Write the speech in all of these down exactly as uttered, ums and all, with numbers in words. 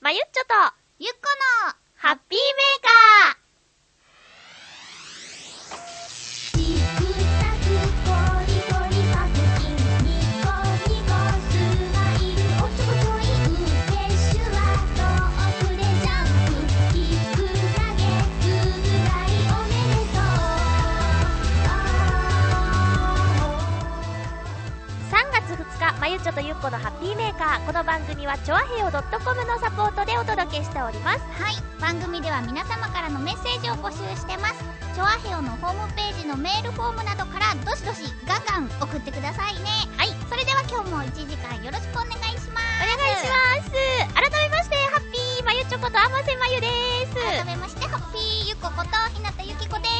まゆっちょとゆっこのハッピーメーカー。まゆっちょとゆっこのハッピーメーカー。この番組はチョアヘヨ .com のサポートでお届けしております。 はい、番組では皆様からのメッセージを募集してます。チョアヘヨのホームページのメールフォームなどからどしどしガンガン送ってくださいね。はい、それでは今日もいちじかんよろしくお願いします。 お願いします。改めましてハッピーまゆっちょことあませまゆです。 改めましてハッピーゆっこことひなたゆきこです。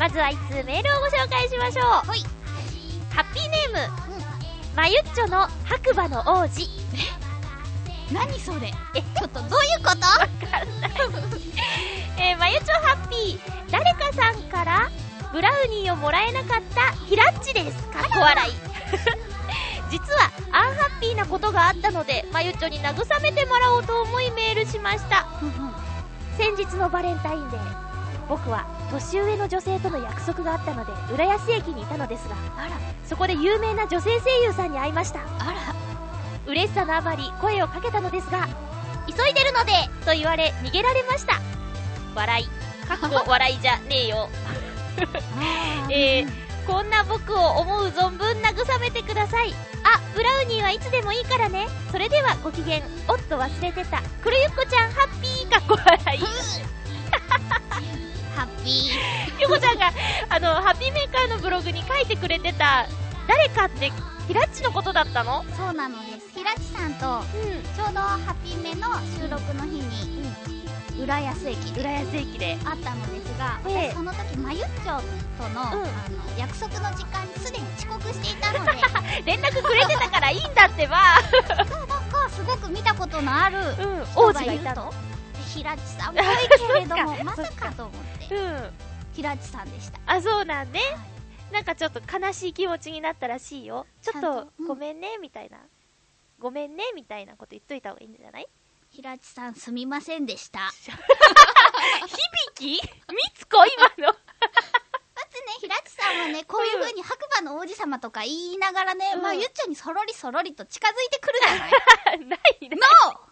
まずはいつつメールをご紹介しましょう。 はい、 ハッピーネーム、うんまゆっちょの白馬の王子。 え何それ、えちょっとどういうことわかんないえー、まゆちょハッピー、誰かさんからブラウニーをもらえなかったひらっちです。かっこ笑い実はアンハッピーなことがあったのでまゆちょに慰めてもらおうと思いメールしました、うんうん、先日のバレンタインデー、僕は年上の女性との約束があったので浦安駅にいたのですが、あらそこで有名な女性声優さんに会いました。 あら嬉しさのあまり声をかけたのですが、急いでるのでと言われ逃げられました。笑いかっこ笑いじゃねえよえー、こんな僕を思う存分慰めてください。あ、ブラウニーはいつでもいいからね。それではごきげん。おっと忘れてた、くるゆっこちゃんハッピーかっこ笑いハッピーゆこちゃんがあのハッピーメーカーのブログに書いてくれてた誰かってひらっちのことだったの？ そうなのです。ひらっちさんと、うん、ちょうどハッピーメの収録の日に、うん、浦安駅で浦安駅で会ったのですが、ええ、私その時まゆっちょとの、うん、あの約束の時間にすでに遅刻していたので連絡くれてたからいいんだってばなんかすごく見たことのある人がいると、 ひらっちさんっぽいけれどもまさかと思って、うん、ひらっちさんでした。 あ、そうなんね、はい、なんかちょっと悲しい気持ちになったらしいよ。ちょっと、うん、ごめんねみたいな、ごめんねみたいなこと言っといた方がいいんじゃない？ ひらっちさんすみませんでした響きみつこ今のまずね、 ひらっちさんはね、こういう風に白馬の王子様とか言いながらね、うん、まあゆっちょにそろりそろりと近づいてくるじゃないないないノー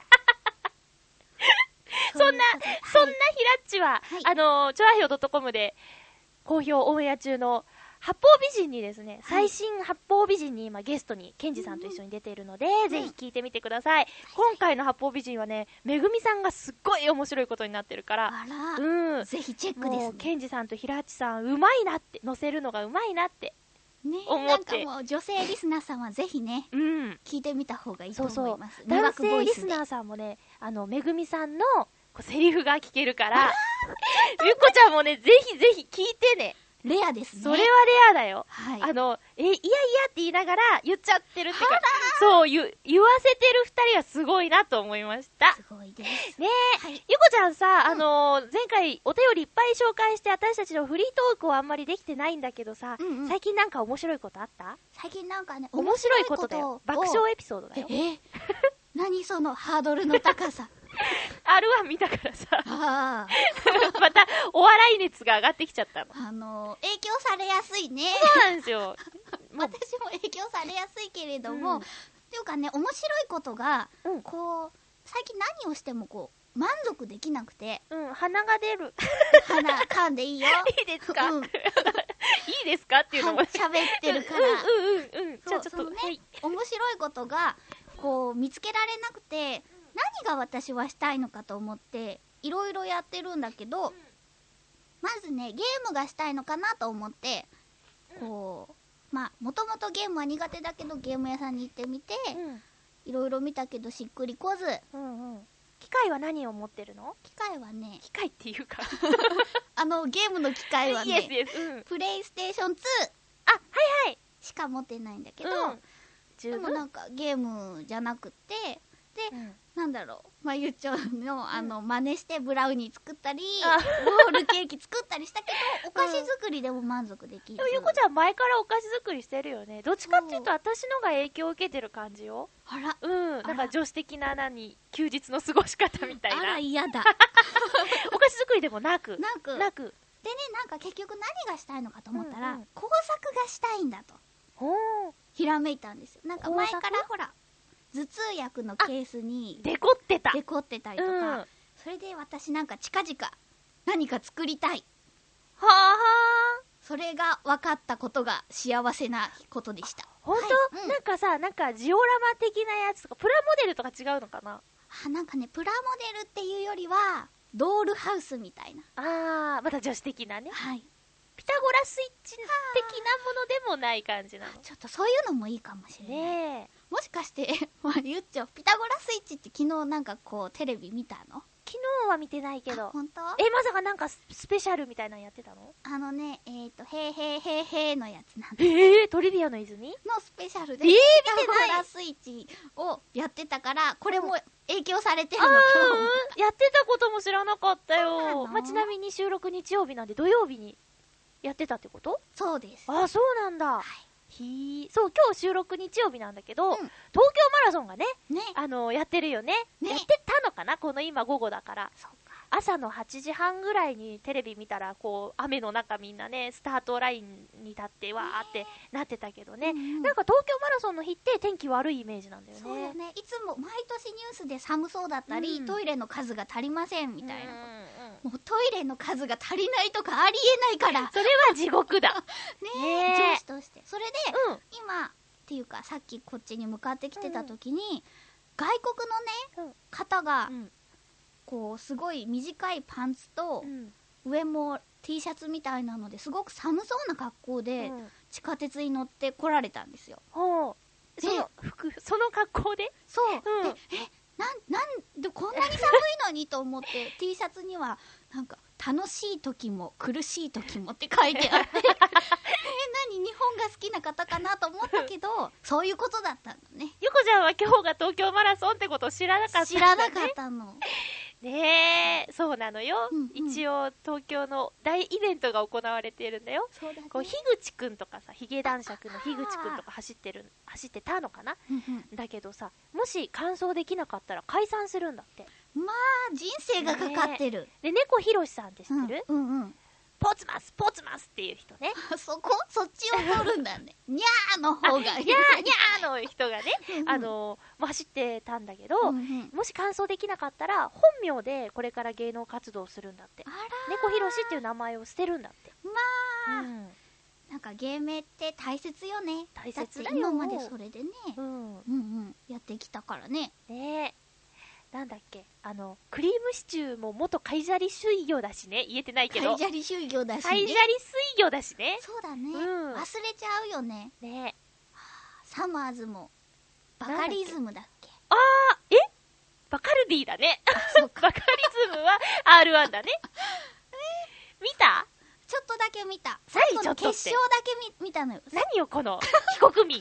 そんな、はい、そんなひらっちは、はい、あの、チョアヘヨ .com で好評オンエア中の八方美人にですね、はい、最新八方美人に今ゲストにケンジさんと一緒に出ているので、うん、ぜひ聞いてみてください、うん、今回の八方美人はね、めぐみさんがすっごい面白いことになってるから、 あら、 うん、 ぜひチェックですね。もうケンジさんとひらっちさんうまいなって、載せるのがうまいなってね、 思って、 なんかもう女性リスナーさんはぜひね、うん、聞いてみた方がいいと思います。 そうそう、男性リスナーさんもね、あのめぐみさんのこうセリフが聞けるからゆっこちゃんもね、ぜひぜひ聞いてね。 レアですね。 それはレアだよ、はい、あのえいやいやって言いながら言っちゃってるってか、そう言言わせてる二人はすごいなと思いました。 すごいですねえ、はい、ゆこちゃんさ、うん、あのー、前回お便りいっぱい紹介して私たちのフリートークをあんまりできてないんだけどさ、うんうん、最近なんか面白いことあった？ 最近なんかね、 面白いことだよ、爆笑エピソードだよ。 え何そのハードルの高さアールワン 見たからさあまたお笑い熱が上がってきちゃったの。 あのー、影響されやすいね。 そうなんですよ私も影響されやすいけれども、うん、っていうかね、面白いことが、うん、こう最近何をしてもこう満足できなくて、 うん、鼻が出る鼻噛んでいいよいいですか、うん、いいですかっていうのも喋ってるからうんうんうんうん、じゃあちょっとね、はい、面白いことがこう見つけられなくて、何が私はしたいのかと思っていろいろやってるんだけど、まずね、ゲームがしたいのかなと思って、こうまあもともとゲームは苦手だけどゲーム屋さんに行ってみて、いろいろ見たけどしっくりこず、うんうん、 機械は何を持ってるの？ 機械はね、 機械っていうかあのゲームの機械はね、 イエスイエス、うん、 プレイステーションツー、 あ、はいはい、 しか持ってないんだけど、 うん、 でもなんかゲームじゃなくて、でうんなんだろう、まゆちょのあの真似してブラウニー作ったり、 あロールケーキ作ったりしたけど、お菓子作りでも満足できる。 でもゆこちゃん前からお菓子作りしてるよね。どっちかっていうと私のが影響を受けてる感じよ。 あら、 うん、なんか女子的な何休日の過ごし方みたいあらな。 嫌だ。 お菓子作りでもなくなく、 なくでね、なんか結局何がしたいのかと思ったら、 うんうん工作がしたいんだとほーひらめいたんですよ。なんか前からほら頭痛薬のケースにデコってた。 デコってたりとか、 うんそれで私なんか近々何か作りたい、 はあはあ。 それが分かったことが幸せなことでした。 ほんと、 はいうんなんかさ、なんかジオラマ的なやつとかプラモデルとか違うのかな。 あ、なんかねプラモデルっていうよりはドールハウスみたいな、 あー、また女子的なね。 はい、 ピタゴラスイッチ的なものでもない感じなの。 ちょっとそういうのもいいかもしれない、 ねえ。 もしかしてまあゆっちょピタゴラスイッチって昨日なんかこうテレビ見たの？ 昨日は見てないけど。 本当？ え、まさかなんかススペシャルみたいなのやってたの？ あのね、えっ、ー、と、へーへーへーへーのやつなんでえー、トリビアの泉？ のスペシャルで、 えー見てピタゴないラスイッチをやってたから、これも影響されてるあー、 のかと思っやってたことも知らなかったそうなのよ。まあ、ちなみに収録日曜日なんで土曜日にやってたってこと？ た。そうです。 あー、そうなんだ。 はひー、そう、今日収録日曜日なんだけど、 うん東京マラソンがね、 い。ね。 あのやってるよね。 ねやってたのかな、この今午後だから。 そうか。 朝のはちじはんぐらいにテレビ見たら、こう雨の中みんなねスタートラインに立ってわーってなってたけどね、 うんうんなんか東京マラソンの日って天気悪いイメージなんだよね。 そうだね。いつも毎年ニュースで寒そうだったり、 うんトイレの数が足りませんみみたいな。 な、 もうトイレの数が足りないとかありえないから。ねそれは地獄だ。 え、 ねえ上司として。それで、 うん今っていうかさっきこっちに向かってきてた時に、外国のね、 うん方が、 うんこうすごい短いパンツと、 うん上も T シャツみたいなのですごく寒そうな格好でうん地下鉄に乗って来られたんですよ。 ほう、 でその服、その格好で、 そう、 うんでえなんなんでこんなに寒いのにと思って T シャツにはなんか楽しい時も苦しい時もって書いてあってえ何日本が好きな方かなと思ったけどそういうことだったのね。 ゆこちゃんは今日が東京マラソンってことを知らなかったんだね。 知らなかったの。 ねえ、そうなのよ、 うんうん一応東京の大イベントが行われているんだよ。 そうだね。 こう樋口くんとかさ、ヒゲ男爵の樋口くんとか走ってる走ってたのかな。 うんだけどさ、もし完走できなかったら解散するんだって。 うんまあ人生がかかってる。 で、猫ひろしさんって知ってる？ うんうんうんポツマスポツマスっていう人ね。 そこそっちを取るんだね。にゃーの方がいい。 にゃーにゃーの人がね、 うんあのー、まあ走ってたんだけど、 うんうんもし完走できなかったら本名でこれから芸能活動をするんだって。 あら猫ひろしっていう名前を捨てるんだって。 まあ、 うんなんか芸名って大切よね。 大切だよ。 って今までそれでね、 うん、 うんうんやってきたからね。 ねえ、なんだっけ、あのクリームシチューも元カイジャリ水魚だしね、言えてないけどカイジャリ修行だし、ね、 カイジャリ水魚だしね。 そうだね、 うん忘れちゃうよね。 ねえ、 サマーズもバカリズムだっけ。 あー、えバカルディだね。バカリズムは アールワン だね。見た？ ちょっとだけ見た。 何最後の決勝だけ見見たのよ。 何よこの非国民。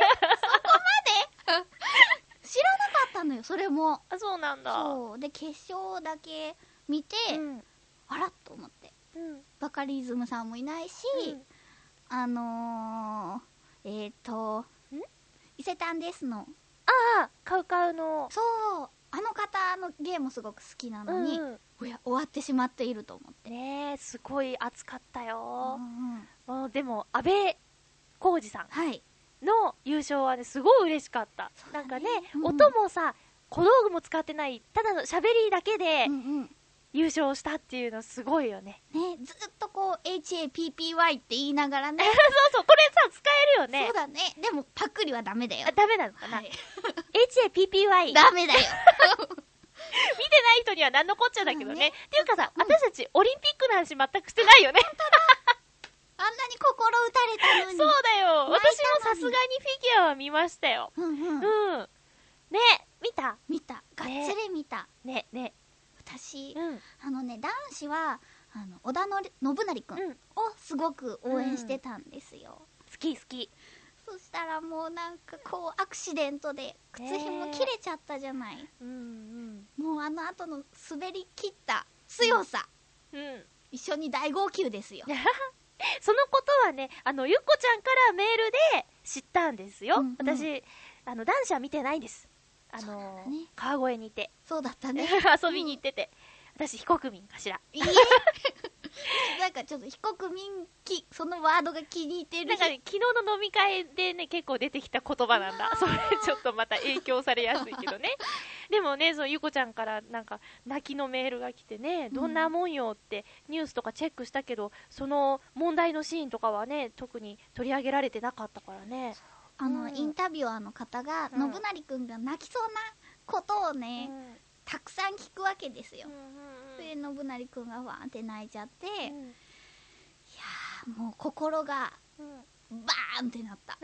知らなかったのよそれも。 あ、そうなんだ。 そうで決勝だけ見て、 うんあらっと思ってうんバカリズムさんもいないし、 うんあのー、えっ、ー、と伊勢丹ですの、 ああ、カウカウの、 そうあの方のゲームすごく好きなのに、 うんおや終わってしまっていると思って、 ねえ、すごい熱かったうよ。 んうん、 もうでも安倍浩二さんはいの優勝はね、すごい嬉しかった。 そうだねなんかね、 うん音もさ、小道具も使ってない、ただの喋りだけでうんうん優勝したっていうのすごいよね。 ね、ずっとこう エイチエーピーピーワイ って言いながらねそうそう、これさ、使えるよね。 そうだね。でもパクリはダメだよあ、。ダメなのかな、 はいエイチエーピーピーワイ 見てダメだよ。 ない人には何のこっちゃだけどね。 まあねっていうかさ、 うん私たちオリンピックの話全くしてないよね。 あんなに心打たれたのに。 そうだよ。 泣い私たのにもさすがにフィギュアは見ましたよ。 うんうん。 うん。ね、見た見た。がっつり見た。 ね、ね。 私、 うん。 あのね、男子は、あの、織田の信成くんうん。 をすごく応援してたんですよ。 好き好き。 そしたらもうなんかこうアクシデントで靴ひも切れちゃったじゃない、 うんもうあの後の滑り切った強さ、 うんうん一緒に大号泣ですよ。 そのことはね、あのゆっこちゃんからメールで知ったんですよ、 うんうん、 私あの男子は見てないんです。あの、ね、川越にいてそうだったね遊びに行ってて、うん、私非国民かしら。 いいえなんかちょっと非国民きそのワードが気に入ってる。 なんかね、昨日の飲み会でね結構出てきた言葉なんだ。それちょっとまた影響されやすいけどねでもね、そのゆこちゃんからなんか泣きのメールが来てね、どんなもんよってニュースとかチェックしたけど、その問題のシーンとかはね特に取り上げられてなかったからね。 あの、 うん、 インタビュアーの方が、うん、信成くんが泣きそうなことをね、うん、たくさん聞くわけですよ、うんうんうん、で信成くんがわーって泣いちゃって、うん、いやーもう心がバーンってなった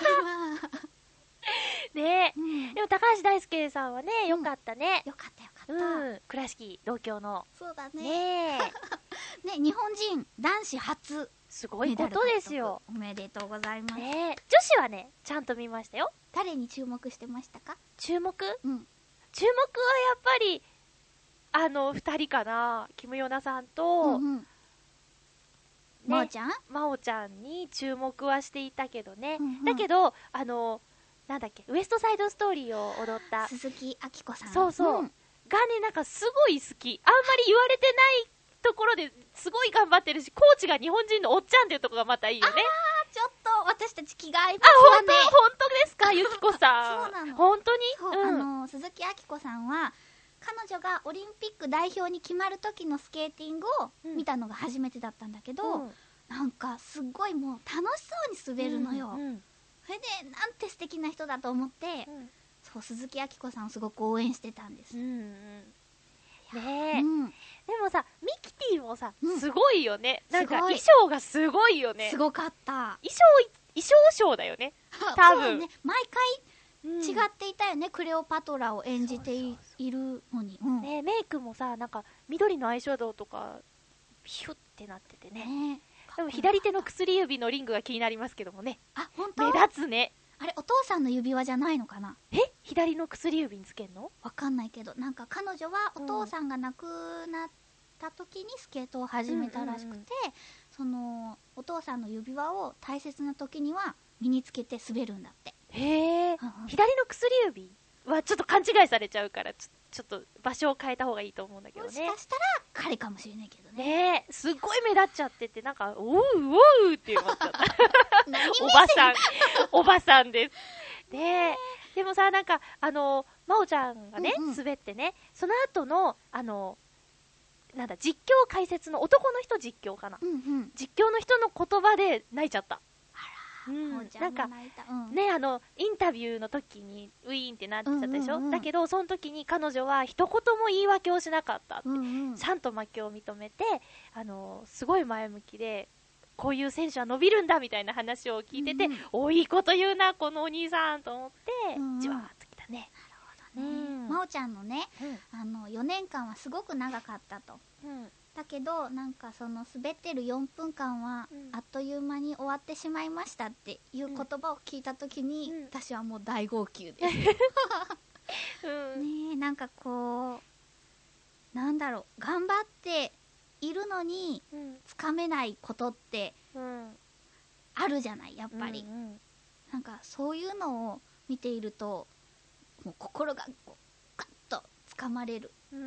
ねえ、 うん、 でも高橋大輔さんはね、よかったね、 うん、よかったよかった、 うん、倉敷同郷の。 そうだねねね、日本人男子初すごいことですよ。 おめでとうございます、 ね、女子はねちゃんと見ましたよ。 誰に注目してましたか？ 注目、 うん、 注目はやっぱりあのふたりかな、キムヨナさんと、うんうん、 ね、真央ちゃん真央ちゃんに注目はしていたけどね、 うんうん、 だけどあのなんだっけ、ウエストサイドストーリーを踊った鈴木亜希子さん、 そうそう、うん、がね、なんかすごい好き。あんまり言われてないところですごい頑張ってるし、コーチが日本人のおっちゃんっていうところがまたいいよね。 あー、ちょっと私たち気が合いますね。 ね。 あ、本当、本当ですか、ゆきこさん。 そうなの。 本当に、 そう、うん、あの鈴木亜希子さんは彼女がオリンピック代表に決まる時のスケーティングを見たのが初めてだったんだけど、うん、なんかすっごいもう楽しそうに滑るのよ、うんうん、それでなんて素敵な人だと思って、うん、そう鈴木亜希子さんをすごく応援してたんです、 うんうん、ねえ、うん、でもさミキティもさ、うん、すごいよね。なんか衣装がすごいよね。 すごかった。 衣装衣装ショーだよね多分。そうね、 毎回違っていたよね、うん、クレオパトラを演じて い, そうそうそういるのに、うん、 ね、メイクもさ、なんか緑のアイシャドウとかピュってなってて ね, ねでも左手の薬指のリングが気になりますけどもね。 あ、本当？ 目立つね。 あれ、お父さんの指輪じゃないのかな？ え、左の薬指につけんの？ わかんないけど、なんか彼女はお父さんが亡くなった時にスケートを始めたらしくて、うんうんうん、そのお父さんの指輪を大切な時には身につけて滑るんだって。 へー、うんうん、左の薬指はちょっと勘違いされちゃうからちょ、ちょっと場所を変えた方がいいと思うんだけどね。 もしかしたら彼かもしれないけどね。 ねえ、すっごい目立っちゃってて、なんかおうおうって思っちゃったおばさんおばさんです。で、でもさ、なんかあの真央ちゃんがね、うんうん、滑ってね、その後のあのなんだ実況解説の男の人実況かな、 うんうん、 実況の人の言葉で泣いちゃった。 うん、 なんか、うん、ね、あのインタビューの時にウィーンってなっちゃったでしょ、うんうんうん、だけどその時に彼女は一言も言い訳をしなかったって、うんうん、ちゃんと負けを認めて、あのすごい前向きで、こういう選手は伸びるんだみたいな話を聞いてて、うんうん、おいいこと言うなこのお兄さんと思って、うんうん、じわーっときたね。 なるほどね、うん、真央ちゃんのね、うん、あのよねんかんはすごく長かったと、うん、だけどなんかその滑ってるよんぷんかんはあっという間に終わってしまいましたっていう言葉を聞いた時に、うん、私はもう大号泣です、うん、ねえ、なんかこうなんだろう、頑張っているのにつかめないことってあるじゃない、やっぱり、うんうん、なんかそういうのを見ているともう心がこうガッとつかまれる、うんうん、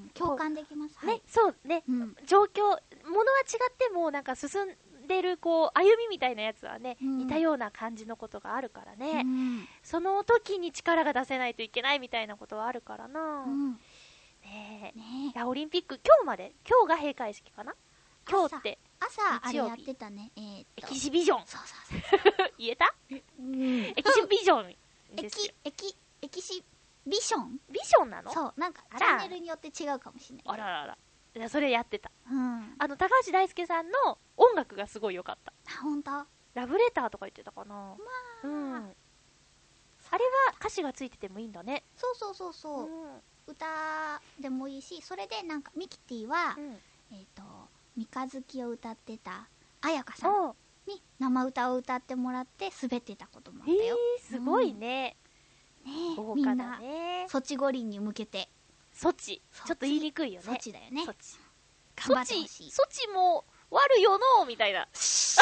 共感できます、 はい、ね、そうね、うん、状況、ものは違ってもなんか進んでるこう歩みみたいなやつはね、うん、似たような感じのことがあるからね、うん、その時に力が出せないといけないみたいなことはあるからな、うん、ねえ、ねえ、いやオリンピック今日まで、今日が閉会式かな、今日って朝あれやってたね、えー、っとエキシビジョン、 そうそうそう言えた、うん、エキシビジョンですよ。 エキエキエキシビションビションなの？ そう、なんかチャンネルによって違うかもしれない。 あららら、いやそれやってた、 うん、 あの高橋大輔さんの音楽がすごい良かった。 あ、ほんと？ ラブレターとか言ってたかな、まあ、うん、 あれは歌詞がついててもいいんだね。 そうそうそうそう、うん、歌でもいいし、それでなんかミキティは、うん、えっ、ー、と三日月を歌ってた彩香さんに生歌を歌ってもらって滑ってたこともあったよ。 えー、すごいね。 うん、ね豪華だね。 ソチ五輪に向けて。 ソチ。ちょっと言いにくいよね。 ソチだよね。 ソチ。 頑張ってほしい。 ソチも悪よのみたいな。そ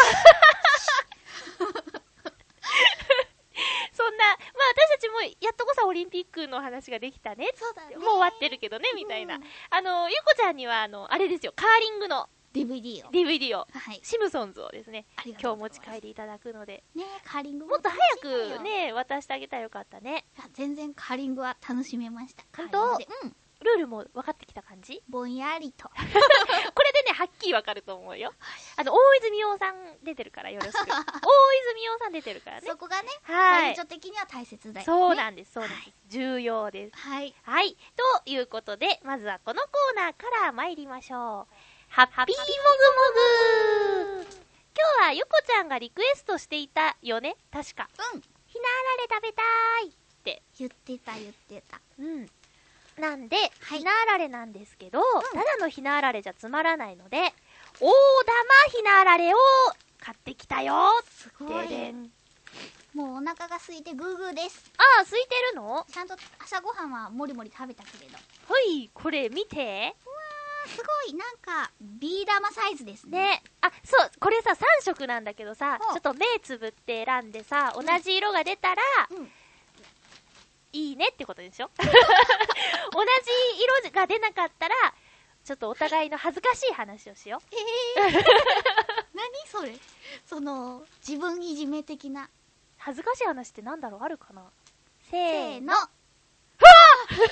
んな、まあ私たちもやっとこさオリンピックの話ができたね。 そうだね。 もう終わってるけどね、みたいな。うん、あの、ゆこちゃんには、あの、あれですよ、カーリングのディーブイディー を。 ディーブイディー を。 はい。 シムソンズをですね、 今日持ち帰りいただくので。 ねカーリングもっと早くね、渡してあげたらよかったね。 いや、全然カーリングは楽しめました。 本当？ うん。 ルールも分かってきた感じ？ ぼんやりと。 これでね、はっきり分かると思うよ。あの、大泉洋さん出てるからよろしく。大泉洋さん出てるからね。 そこがね、 はい。 マリチョ的には大切だよね。 そうなんです、そうなんです。はい、重要です。 はい。 はい。ということで、まずはこのコーナーから参りましょう。ハッピーもぐもぐ。今日はゆこちゃんがリクエストしていたよね、確か。 うん。 ひなあられ食べたーいって。 言ってた、言ってた。 うん。なんで、 はい、 ひなあられなんですけど、うん、ただのひなあられじゃつまらないので、大玉ひなあられを買ってきたよ。 すごい。 ででん。 もうお腹が空いてグーグーです。 ああ、空いてるの？ ちゃんと朝ごはんはもりもり食べたけれど。 ほい、これ見て。 うわー、すごい。なんか、ビー玉サイズですね。 ね。あ、そう、これさ、さん色なんだけどさ、ちょっと目つぶって選んでさ、同じ色が出たら、うんうん、いいねってことでしょ同じ色が出なかったら、ちょっとお互いの恥ずかしい話をしよう。 えー、何それその、自分いじめ的な。 恥ずかしい話ってなんだろうあるかなせーの。 ふわ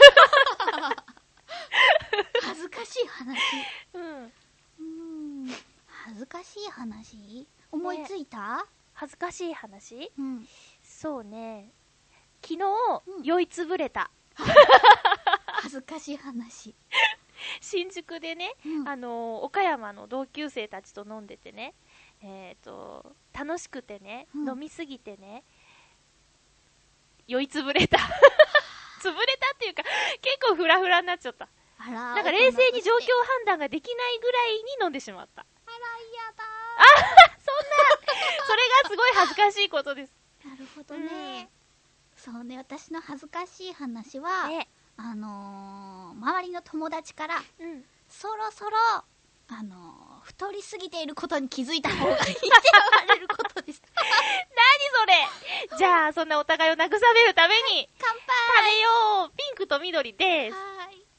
恥ずかしい話。 うん。うーん。恥ずかしい話思いついた、ね、 恥ずかしい話、 うん、 そうね。昨日、うん、酔いつぶれた。 恥ずかしい話。 新宿でね、うん、あのー、岡山の同級生たちと飲んでてね、えーと、楽しくてね、うん、飲みすぎてね、酔いつぶれた。つぶれたっていうか、結構フラフラになっちゃった。 あら、 なんか冷静に状況判断ができないぐらいに飲んでしまった。 あら、嫌だー。あそんな、それがすごい恥ずかしいことです。 なるほどね。うん、そうね、私の恥ずかしい話は、ね、あのー、周りの友達から、うん、そろそろ、あのー、太りすぎていることに気づいた方がいいって言われることです。 何それ。じゃあ、そんなお互いを慰めるために、 乾杯食べよう。ピンクと緑です。 はーい。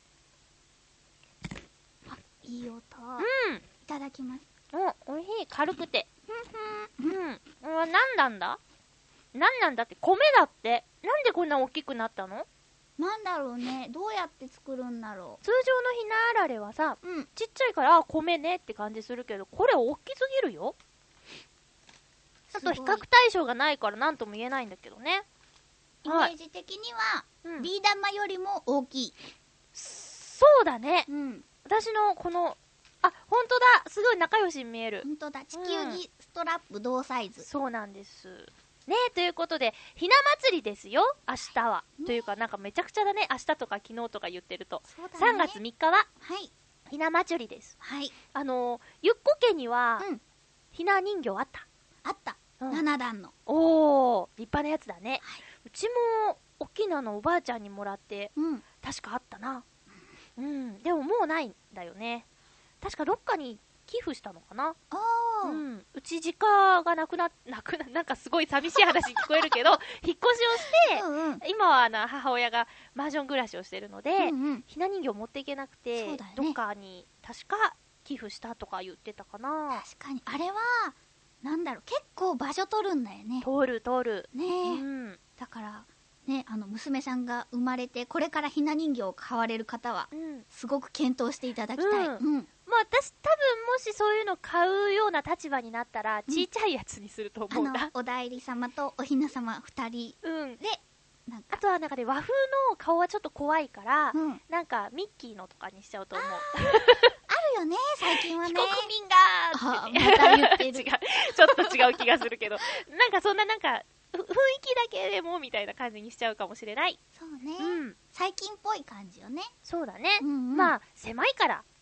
あ、いい音。 うん。 いただきます。 お、おいしい。軽くて。うん。うん。うん。なんなんだなんなんだって、米だって。なんでこんな大きくなったの？ なんだろうね。どうやって作るんだろう。 通常のひなあられはさ、うん、ちっちゃいから、あ、米ねって感じするけど、これ大きすぎるよ。あと比較対象がないから何とも言えないんだけどね。 イメージ的には、うん、ビー玉よりも大きい。 そうだね。 うん。 私のこの、あ、ほんとだ。すごい仲良しに見える。 ほんとだ。地球儀ストラップ同サイズ。 うん、そうなんです。ねえ、ということで、ひな祭りですよ、明日は。ね、というか、なんかめちゃくちゃだね、明日とか昨日とか言ってると。そうだね、さんがつみっかは、 はい。 ひな祭りです。 はい。 あのー、ゆっこ家には、うん、ひな人形あった。 あった。うん、ななだんの。 おー、立派なやつだね。 はい、 うちも、おっきなのおばあちゃんにもらって、 うん、 確かあったな。うん、でももうないんだよね。確かどっかに寄付したのかな。 あー、 うん、うち実家がなくな、なくな、なんかすごい寂しい話に聞こえるけど、引っ越しをして、うんうん、今はあの母親がマンション暮らしをしてるので、うんうん、ひな人形持っていけなくて、ね、どっかに確か寄付したとか言ってたかな。 確かに、あれは、なんだろう、結構場所取るんだよね。 通る通る。 ねえ、うん。だから、ね、あの、娘さんが生まれて、これからひな人形を買われる方は、うん、すごく検討していただきたい。うん。うん、 まあ私多分もしそういうの買うような立場になったら、ちっちゃいやつにすると思うんだ。 あの、お代理様とおひな様二人。 うん。 で、 なんか。あとはなんかね、和風の顔はちょっと怖いから、うん、なんかミッキーのとかにしちゃうと思う。 あるよね、最近はね。 非国民がーって、ね。 また言ってる。 違う。ちょっと違う気がするけど。なんかそんななんか、雰囲気だけでもみたいな感じにしちゃうかもしれない。 そうね。うん。最近っぽい感じよね。 そうだね。 うんうん、 まあ、狭いから。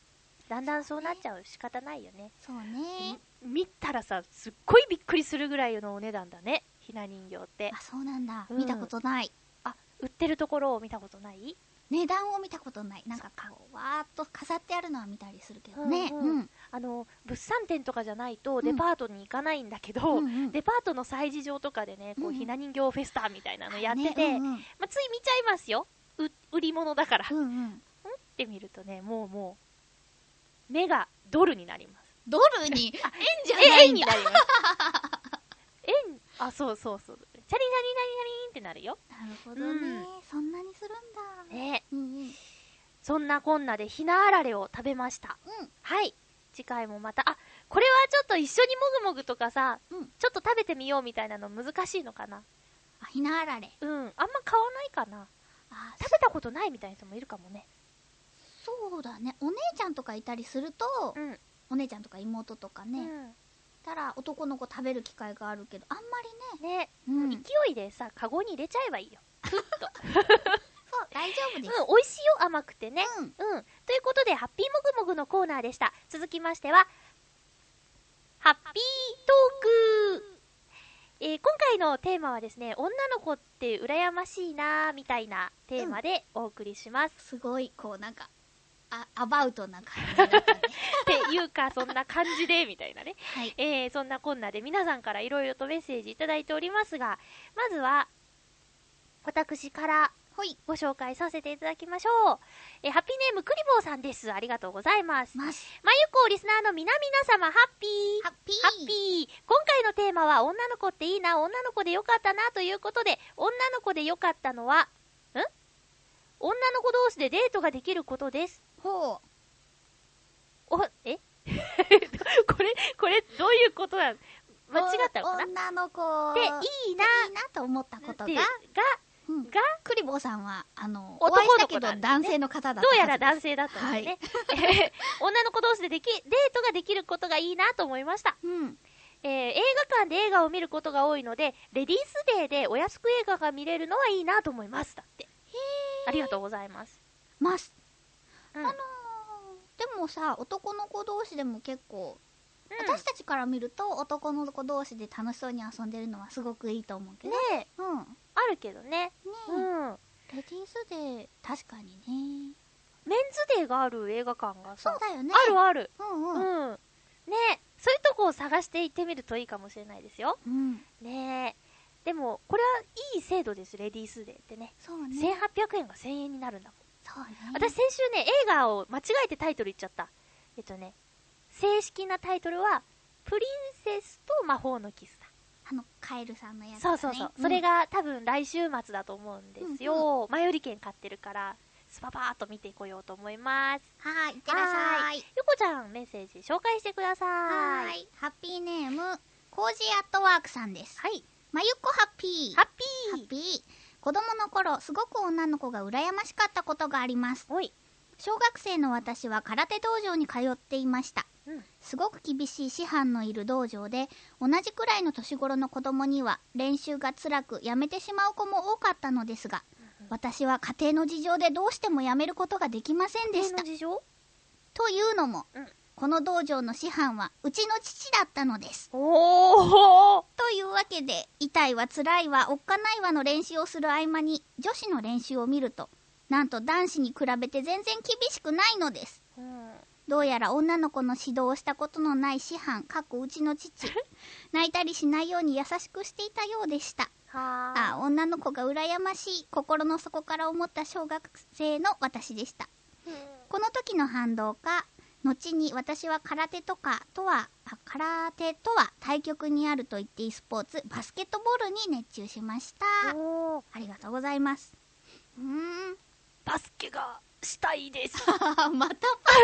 だんだんそうなっちゃう。仕方ないよね。 そうね。 見たらさ、すっごいびっくりするぐらいのお値段だね、ひな人形って。 あ、そうなんだ、 うん、 見たことない。 あ、売ってるところを見たことない？ 値段を見たことない。なんかこうわーっと飾ってあるのは見たりするけどね、 うんうんうん、 あの物産展とかじゃないとデパートに行かないんだけど、 うんうん、 デパートの催事場とかでね、こう、うんうん、ひな人形フェスタみたいなのやってて、ね、うんうん、まあ、つい見ちゃいますよ。う売り物だから、うんうん、って見るとね、もうもう目がドルになります。 ドルに円じゃないんだ。円になります。 円、あ、そうそうそう、チャリチャリチャリチャリンってなるよ。 なるほどね、うん、そんなにするんだね、 うんうん、 そんなこんなでひなあられを食べました、うん、はい。次回もまた、あ、これはちょっと一緒にもぐもぐとかさ、うん、ちょっと食べてみようみたいなの難しいのかな。 あ、ひなあられ、 うん、あんま買わないかな。あ、食べたことないみたいな人もいるかもね。 そうだね、お姉ちゃんとかいたりすると、うん、お姉ちゃんとか妹とかね、うん、たら男の子食べる機会があるけど、あんまりね、ね、 うん、勢いでさ、カゴに入れちゃえばいいよ、ふっとそう、大丈夫です。 うん、美味しいよ、甘くてね、うん、うん、ということでハッピーもぐもぐのコーナーでした。続きましてはハッピートーク、えー、今回のテーマはですね、女の子って羨ましいなーみたいなテーマでお送りします、 うん、すごいこうなんかあアバウトな感じだったねっていうか、そんな感じでみたいなね、 はい、 えー、そんなこんなで皆さんからいろいろとメッセージいただいておりますが、まずは私からご紹介させていただきましょう。えー、ハッピーネームクリボーさんです。ありがとうございます。まゆこリスナーの皆々様、ハッピーハッピーハッピー。今回のテーマは女の子っていいな、女の子でよかったなということで、女の子でよかったのはん女の子同士でデートができることです。 ほう。 お、えこれ、これ、どういうことなの？間違ったのかな？ 女の子でいいな、いいなと思ったことが、 が、 うん、 が、 クリボーさんは、あの、 男の子だけど男性の方だったはずです。 どうやら男性だったんですね。はい、女の子同士ででき、デートができることがいいなと思いました。うん。えー、映画館で映画を見ることが多いので、レディースデーでお安く映画が見れるのはいいなと思います。だって。へー。ありがとうございます。 ます。うん、あのー、でもさ、男の子同士でも結構、うん、私たちから見ると男の子同士で楽しそうに遊んでるのはすごくいいと思うけどねえ、うん、あるけどね、ねえ、うん、 レディースデー確かにね、 メンズデーがある映画館がさ、 そうだよね、 あるある、 うんうん、 うん、ねえ、そういうとこを探して行ってみるといいかもしれないですよ、うん、ねえ、でもこれはいい制度です。レディースデーってね、 そうね、 せんはっぴゃくえんがせんえんになるんだもん。 そうね、 私先週ね、映画を間違えてタイトル言っちゃった。えっとね、正式なタイトルはプリンセスと魔法のキスだ。 あのカエルさんのやつだね。 そうそうそう、うん、それが多分来週末だと思うんですよ、うんうん、前売り券買ってるからスパパーっと見てこようと思います。 はい、いってらっしゃい。 ゆこちゃん、メッセージ紹介してください。 はい、ハッピーネームコージーアットワークさんです。 はい、 まゆっこハッピーハッピーハッピー。子供の頃すごく女の子が羨ましかったことがあります。 おい。 小学生の私は空手道場に通っていました、うん、すごく厳しい師範のいる道場で、同じくらいの年頃の子供には練習が辛くやめてしまう子も多かったのですが、うん、私は家庭の事情でどうしてもやめることができませんでした。 家庭の事情？ というのも、うん、この道場の師範はうちの父だったのです。 おーというわけで、痛いわ辛いわおっかないわの練習をする合間に女子の練習を見ると、なんと男子に比べて全然厳しくないのです、うん、どうやら女の子の指導をしたことのない師範かっこうちの父泣いたりしないように優しくしていたようでした。はあ、女の子が羨ましい、心の底から思った小学生の私でした、うん、この時の反動か、後に私は空手とかとはあ空手とは対極にあると言っていいスポーツ、バスケットボールに熱中しました。ありがとうございます。うーん、 バスケがしたいですまたパス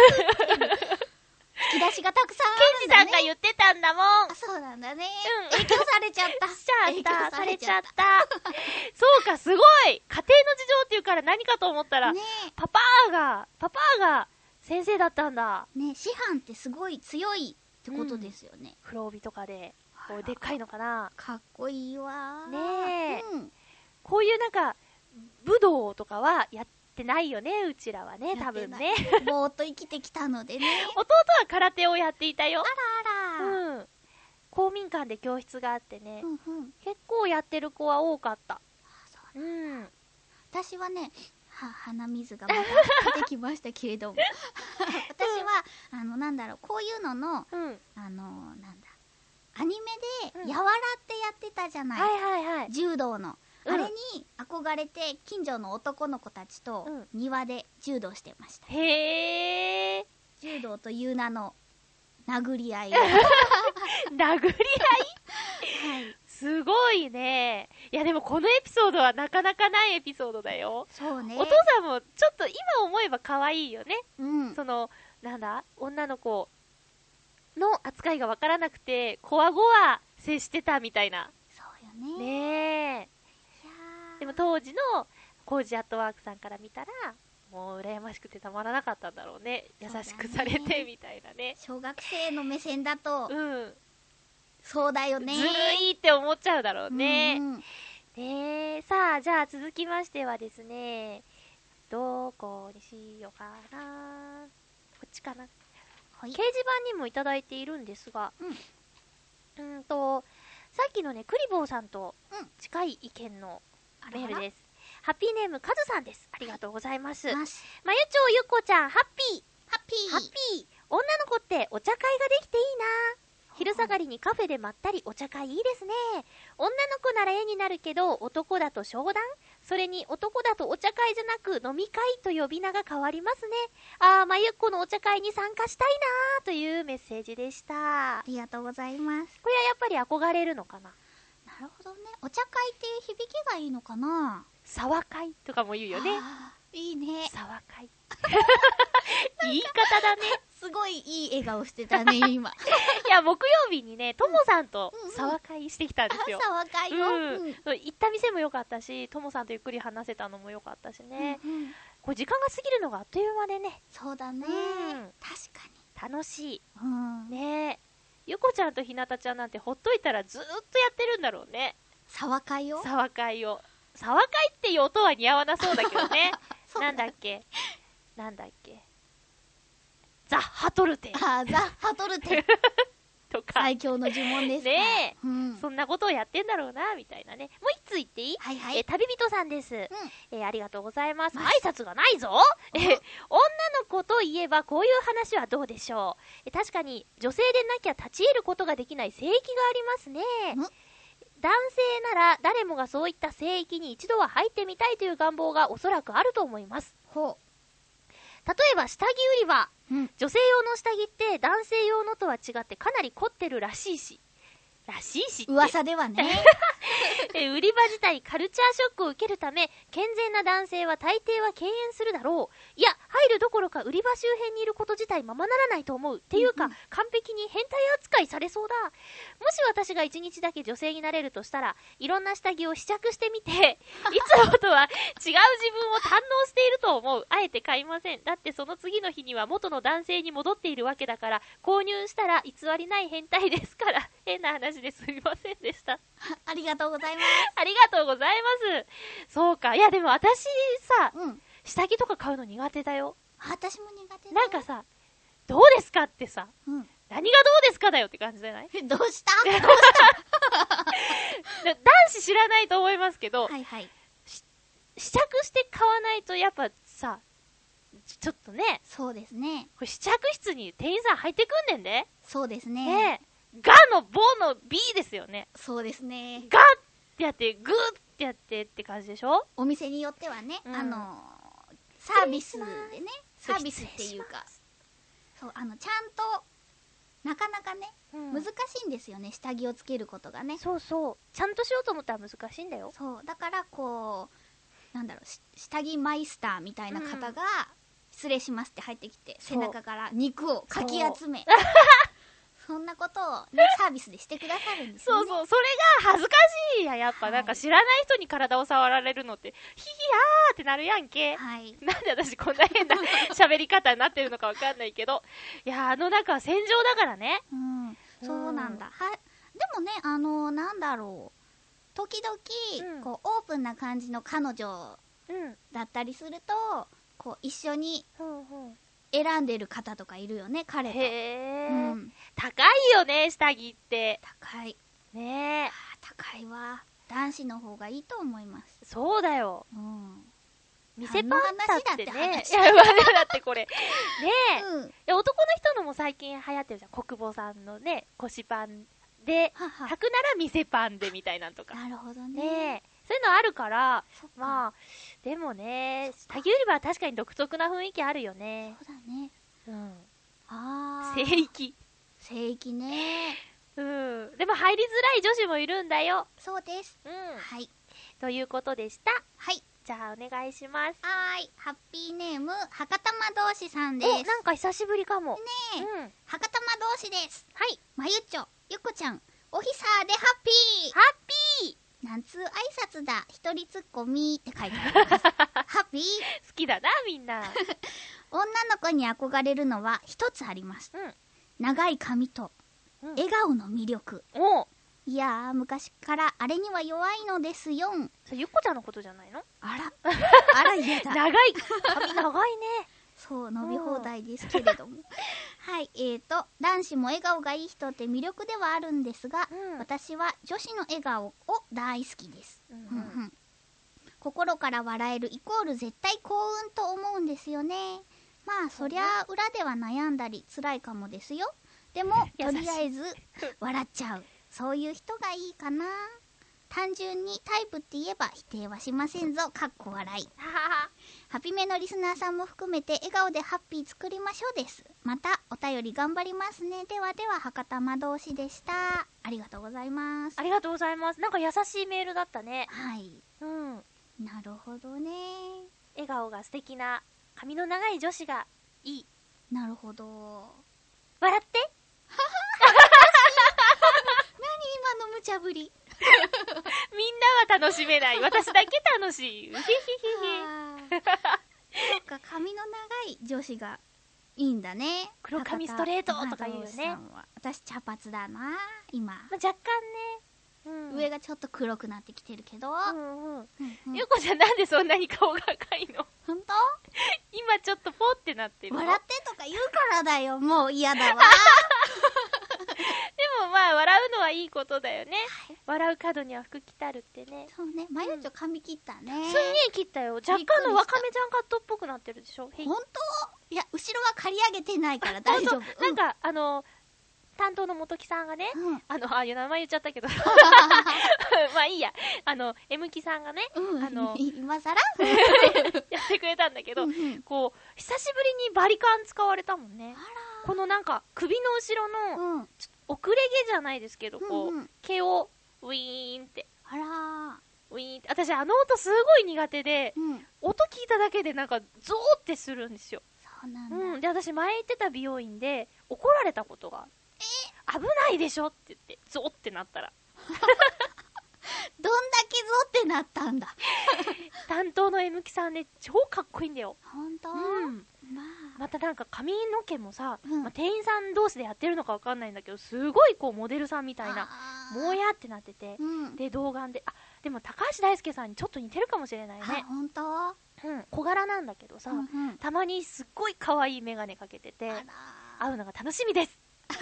引き出しがたくさんあるんだね。 ケンジさんが言ってたんだもん。 あ、そうなんだね、 うん、 影響されちゃったしちゃったされちゃったそうか、すごい家庭の事情っていうから何かと思ったら、ね、パパーがパパーが先生だったんだね。師範ってすごい強いってことですよね、 うん、黒帯とかでこうでっかいのかな。 かっこいいわねえ、うん、こういうなんか武道とかはやっってないよね、うちらはね、多分ね。 ぼーっと生きてきたのでね。 弟は空手をやっていたよ。 あらあら。 うん。公民館で教室があってね、 うんうん、 結構やってる子は多かった。 あ、そううん。 私はね、は鼻水がまた出てきましたけれども私は、うん、あのなんだろう、こういうのの、うん、あのなんだアニメでやわらってやってたじゃない、 はいはいはい、 柔道の、うん、あれに憧れて近所の男の子たちと庭で柔道してました、 うん、へー、 柔道という名の殴り合い殴り合い、はい、すごいね。いやでもこのエピソードはなかなかないエピソードだよ。 そうね。 お父さんもちょっと今思えば可愛いよね。うん。そのなんだ、女の子の扱いがわからなくてこわごわ接してたみたいな。 そうよね。 ねえ。いやでも当時のコージアットワークさんから見たらもう羨ましくてたまらなかったんだろうね。優しくされてみたいなね。 小学生の目線だと、 うん。 そうだよね。 ずるいって思っちゃうだろうね。うん、ねえ、さあ、じゃあ続きましてはですね、どこにしようかな。こっちかな。はい、掲示板にもいただいているんですが、うん、うんと、さっきのね、クリボーさんと近い意見のメールです。ハッピーネームカズさんです。ありがとうございます。まゆちょうゆっこちゃん、ハッピー。 ハッピー。 ハッピー。女の子ってお茶会ができていいな。昼下がりにカフェでまったりお茶会いいですね。女の子なら絵になるけど男だと商談、それに男だとお茶会じゃなく飲み会と呼び名が変わりますね。あー、まゆっこのお茶会に参加したいなーというメッセージでした。 ありがとうございます。 これはやっぱり憧れるのかな。 なるほどね。お茶会っていう響きがいいのかな。 沢会とかも言うよね。 いいね。 沢会言い方だね。 すごいいい笑顔してたね今。いや木曜日にねともさんと沢会してきたんですよ。 沢会よ、うんうん、行った店も良かったし、ともさんとゆっくり話せたのも良かったしね、うんうん、これ時間が過ぎるのがあっという間でね。 そうだね、うん、確かに楽しい、 うん、 ねえ。ゆこちゃんとひなたちゃんなんてほっといたらずーっとやってるんだろうね。 沢会を沢会を沢会っていう音は似合わなそうだけどね。なんだっけなんだっけザ・ハトルテ。 あー、ザ・ハトルテとか最強の呪文ですねえ、うん、そんなことをやってんだろうなみたいなね。もう一つ言っていい？ はいはい。 え旅人さんです、うん、えー、ありがとうございます。挨拶がないぞ。え女の子といえばこういう話はどうでしょう。え確かに女性でなきゃ立ち得ることができない聖域がありますね。男性なら誰もがそういった聖域に一度は入ってみたいという願望がおそらくあると思います。 ほう。 例えば下着売り場、うん、女性用の下着って男性用のとは違ってかなり凝ってるらしいしらしいしって噂ではねえ売り場自体カルチャーショックを受けるため健全な男性は大抵は敬遠するだろう。いや入るどころか売り場周辺にいること自体ままならないと思うっていうか、うんうん、完璧に変態扱いされそうだ。もし私が一日だけ女性になれるとしたらいろんな下着を試着してみていつもとは違う自分を堪能していると思う。あえて買いません。だってその次の日には元の男性に戻っているわけだから購入したら偽りない変態ですから。変な話ですみませんでしたありがとうございます。 ありがとうございます。そうか。いやでも私さ、うん、下着とか買うの苦手だよ。 私も苦手だよ。 なんかさ、どうですかってさ、うん、何がどうですかだよって感じじゃない？ どうしたどうした男子知らないと思いますけど、 はいはい、 試着して買わないとやっぱさ、ちょっとね。 そうですね。 これ試着室に店員さん入ってくんねんで。 そうですね。 ねえ。ガのボの ビー ですよね。 そうですね。 ガってやってグーってやってって感じでしょ。 お店によってはね、うん、あのサービスでね、サービスっていうか、そうあのちゃんとなかなかね、うん、難しいんですよね、下着をつけることがね。 そうそう、ちゃんとしようと思ったら難しいんだよ。 そうだからこうなんだろう、下着マイスターみたいな方が、うん、失礼しますって入ってきて背中から肉をかき集め。そんなことを、ね、サービスでしてくださるんですよね。 そうそう、それが恥ずかしいや、やっぱ、はい、なんか知らない人に体を触られるのってヒヒヤーってなるやんけ、はい、なんで私こんな変な喋り方になってるのかわかんないけど、いや、あの中は戦場だからね、 うん、そうなんだ、うん、はでもね、あのー、なんだろう、時々、うん、こうオープンな感じの彼女うんだったりするとこう一緒にうんうん選んでる方とかいるよね、彼と。 へえ、 うん、 高いよね下着って高い。 ねえ。 あー高いわ。男子の方がいいと思います。 そうだよ。 うん。 店パンだってね。 何の話いや、まあだってこれ。ねえ。 うん。 いや男の人のも最近流行ってるじゃん。国母さんのね、腰パンで、 はは履くなら店パンでみたいなんとか。 なるほどね。 ねえ。そういうのあるから、 そっかまあ、でもね、下着売り場は確かに独特な雰囲気あるよね。 そうだね。 うん。 ああ。 聖域。 聖域ね。 うん。でも入りづらい女子もいるんだよ。 そうです。 うん。 はい。 ということでした。 はい。 じゃあお願いします。 はーい。ハッピーネーム、博多魔導士さんです。 お、なんか久しぶりかも。 ねえ、 うん。 博多魔導士です。 はい。 まゆちょ、ゆこちゃん、おひさーでハッピハッピーーなんつう挨拶だ、一人ツッコミって書いてあります。ハッピー好きだな、みんな。 女の子に憧れるのは一つあります。 うん。 長い髪と、 うん、 笑顔の魅力。 おいやー、昔からあれには弱いのですよん。 それゆっこちゃんのことじゃないの？ あら、あら嫌だ。 長い髪長いね。 そう、伸び放題ですけれども。はい、えーと、男子も笑顔がいい人って魅力ではあるんですが、 うん、 私は女子の笑顔を大好きです。 うんうんうんうん、心から笑えるイコール絶対幸運と思うんですよね。まあ、そりゃあ裏では悩んだり辛いかもですよ。でも、とりあえず笑っちゃう。そういう人がいいかな。単純にタイプって言えば否定はしませんぞ。かっこ笑い。ハピメのリスナーさんも含めて笑顔でハッピー作りましょうです。またお便り頑張りますね。ではでは博多魔導士でした。ありがとうございます。 ありがとうございます。なんか優しいメールだったね。 はい。 うん。 なるほどね。 笑顔が素敵な髪の長い女子がいい。 なるほど。 笑って何今の無茶ぶり。 みんなは楽しめない。私だけ楽しい。うへへへへ。 そっか、髪の長い女子がいいんだね。 黒髪ストレートとか言うよね。 私茶髪だな今、まあ、若干ね、うん、 上がちょっと黒くなってきてるけど、 うんうんうんうん、 ゆうこちゃんなんでそんなに顔が赤いの？ ほんと？ 今ちょっとポってなってる。 笑ってとか言うからだよ。もう嫌だわ。 でもまあ笑うのはいいことだよね、はい、笑う角には福来たるってね。 そうね、まゆちょ髪切ったね。 すんげえ切ったよ。若干のわかめちゃんカットっぽくなってるでしょ。 ほんと？いや、後ろは刈り上げてないから大丈夫。 なんか、うん、あの担当の元木さんがね、 うん、 あの、ああいう名前言っちゃったけどまあいいや、あの M 木さんがね、 うん、 あの今更やってくれたんだけど、 うんうん、 こう久しぶりにバリカン使われたもんね。 あら、 このなんか首の後ろの、うん、ちょっと遅れ毛じゃないですけど、こう、うんうん、毛をウィーンって、 あらウィーンって、私あの音すごい苦手で、 うん、 音聞いただけでなんかゾーってするんですよ。 そうなんだ。 うん、で私前行ってた美容院で怒られたことが、 え危ないでしょって言ってゾーってなったらどんだけゾってなったんだ担当の M 木さんね、超かっこいいんだよ。 ほんと？ うん、 まあ、 またなんか髪の毛もさ、 うん、 まあ、店員さん同士でやってるのかわかんないんだけど、すごいこうモデルさんみたいなもやってなってて、 うん、 で童顔で、あ、でも高橋大輔さんにちょっと似てるかもしれないね。 ほんと？ うん、小柄なんだけどさ、 うんうん、 たまにすっごい可愛いメガネかけてて、会うのが楽しみです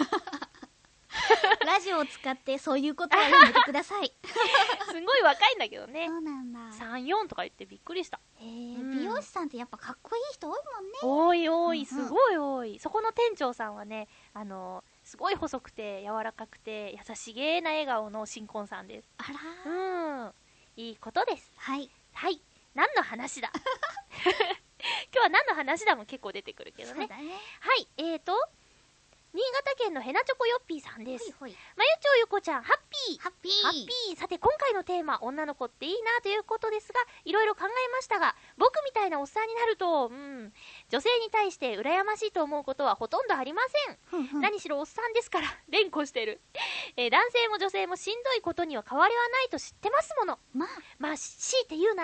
ラジオを使ってそういうことはやめてくださいすごい若いんだけどね。 そうなんだ。 さん、よんとか言ってびっくりした。 へー、うん、美容師さんってやっぱかっこいい人多いもんね。 多い多い、すごい多い、うんうん、そこの店長さんはね、あのすごい細くて柔らかくて優しげな笑顔の新婚さんです。 あらー、うん、いいことです。 はいはい。何の話だ今日は何の話だも結構出てくるけどね。 そうだね。 はい、えーと新潟県のヘナチョコヨッピーさんです。 ほいほい。 まゆちょゆこちゃん、ハッピーハッピーハッピー。さて今回のテーマ、女の子っていいなということですが、いろいろ考えましたが、僕みたいなおっさんになると、うん、女性に対して羨ましいと思うことはほとんどありません。 ふんふん。 何しろおっさんですから連呼してる、えー、男性も女性もしんどいことには変わりはないと知ってますもの。 まあまあ強いて言うなら、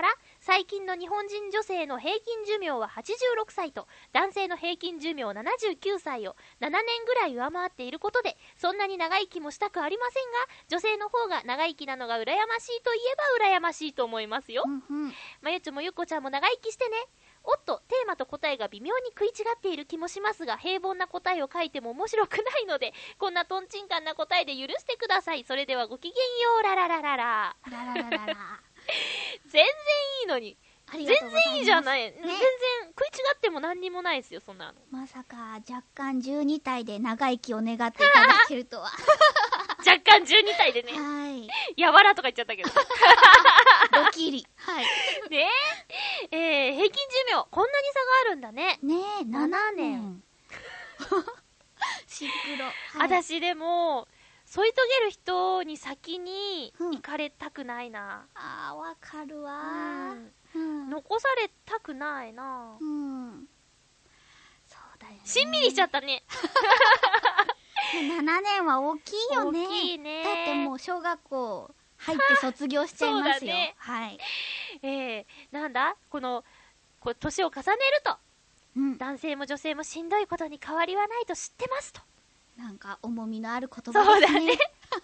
最近の日本人女性の平均寿命ははちじゅうろくさいと、男性の平均寿命ななじゅうきゅうさいをななねんぐらい上回っていることで、そんなに長生きもしたくありませんが、女性の方が長生きなのが羨ましいといえば羨ましいと思いますよ。 うんうん、 まゆちょもゆっこちゃんも長生きしてね。おっと、テーマと答えが微妙に食い違っている気もしますが、平凡な答えを書いても面白くないので、こんなトンチンカンな答えで許してください。それではごきげんよう。ラララララ。 ラララララ。 全然いいのに。全然いいじゃない、ね、全然食い違っても何にもないですよ、そんなの。 まさか若干じゅうに体で長生きを願っていただけるとは。 若干じゅうに体でね。 はい。 やわらとか言っちゃったけど。 ドキリ。はい。 ねえ、えー、平均寿命こんなに差があるんだね。 ねえ、ななねん。シンクロ。はい、 私でも添い遂げる人に先に行かれたくないな。 うん、あー、わかるわー、 うんうん、 残されたくないな。 うん。そうだよね。 しんみりしちゃったね。 ななねんは大きいよね。 大きいね。 だってもう小学校入って卒業しちゃいますよ。ね、はい。 えー、なんだこの、こう年を重ねると、うん、男性も女性もしんどいことに変わりはないと知ってますと。 なんか重みのある言葉ですね。そうだね。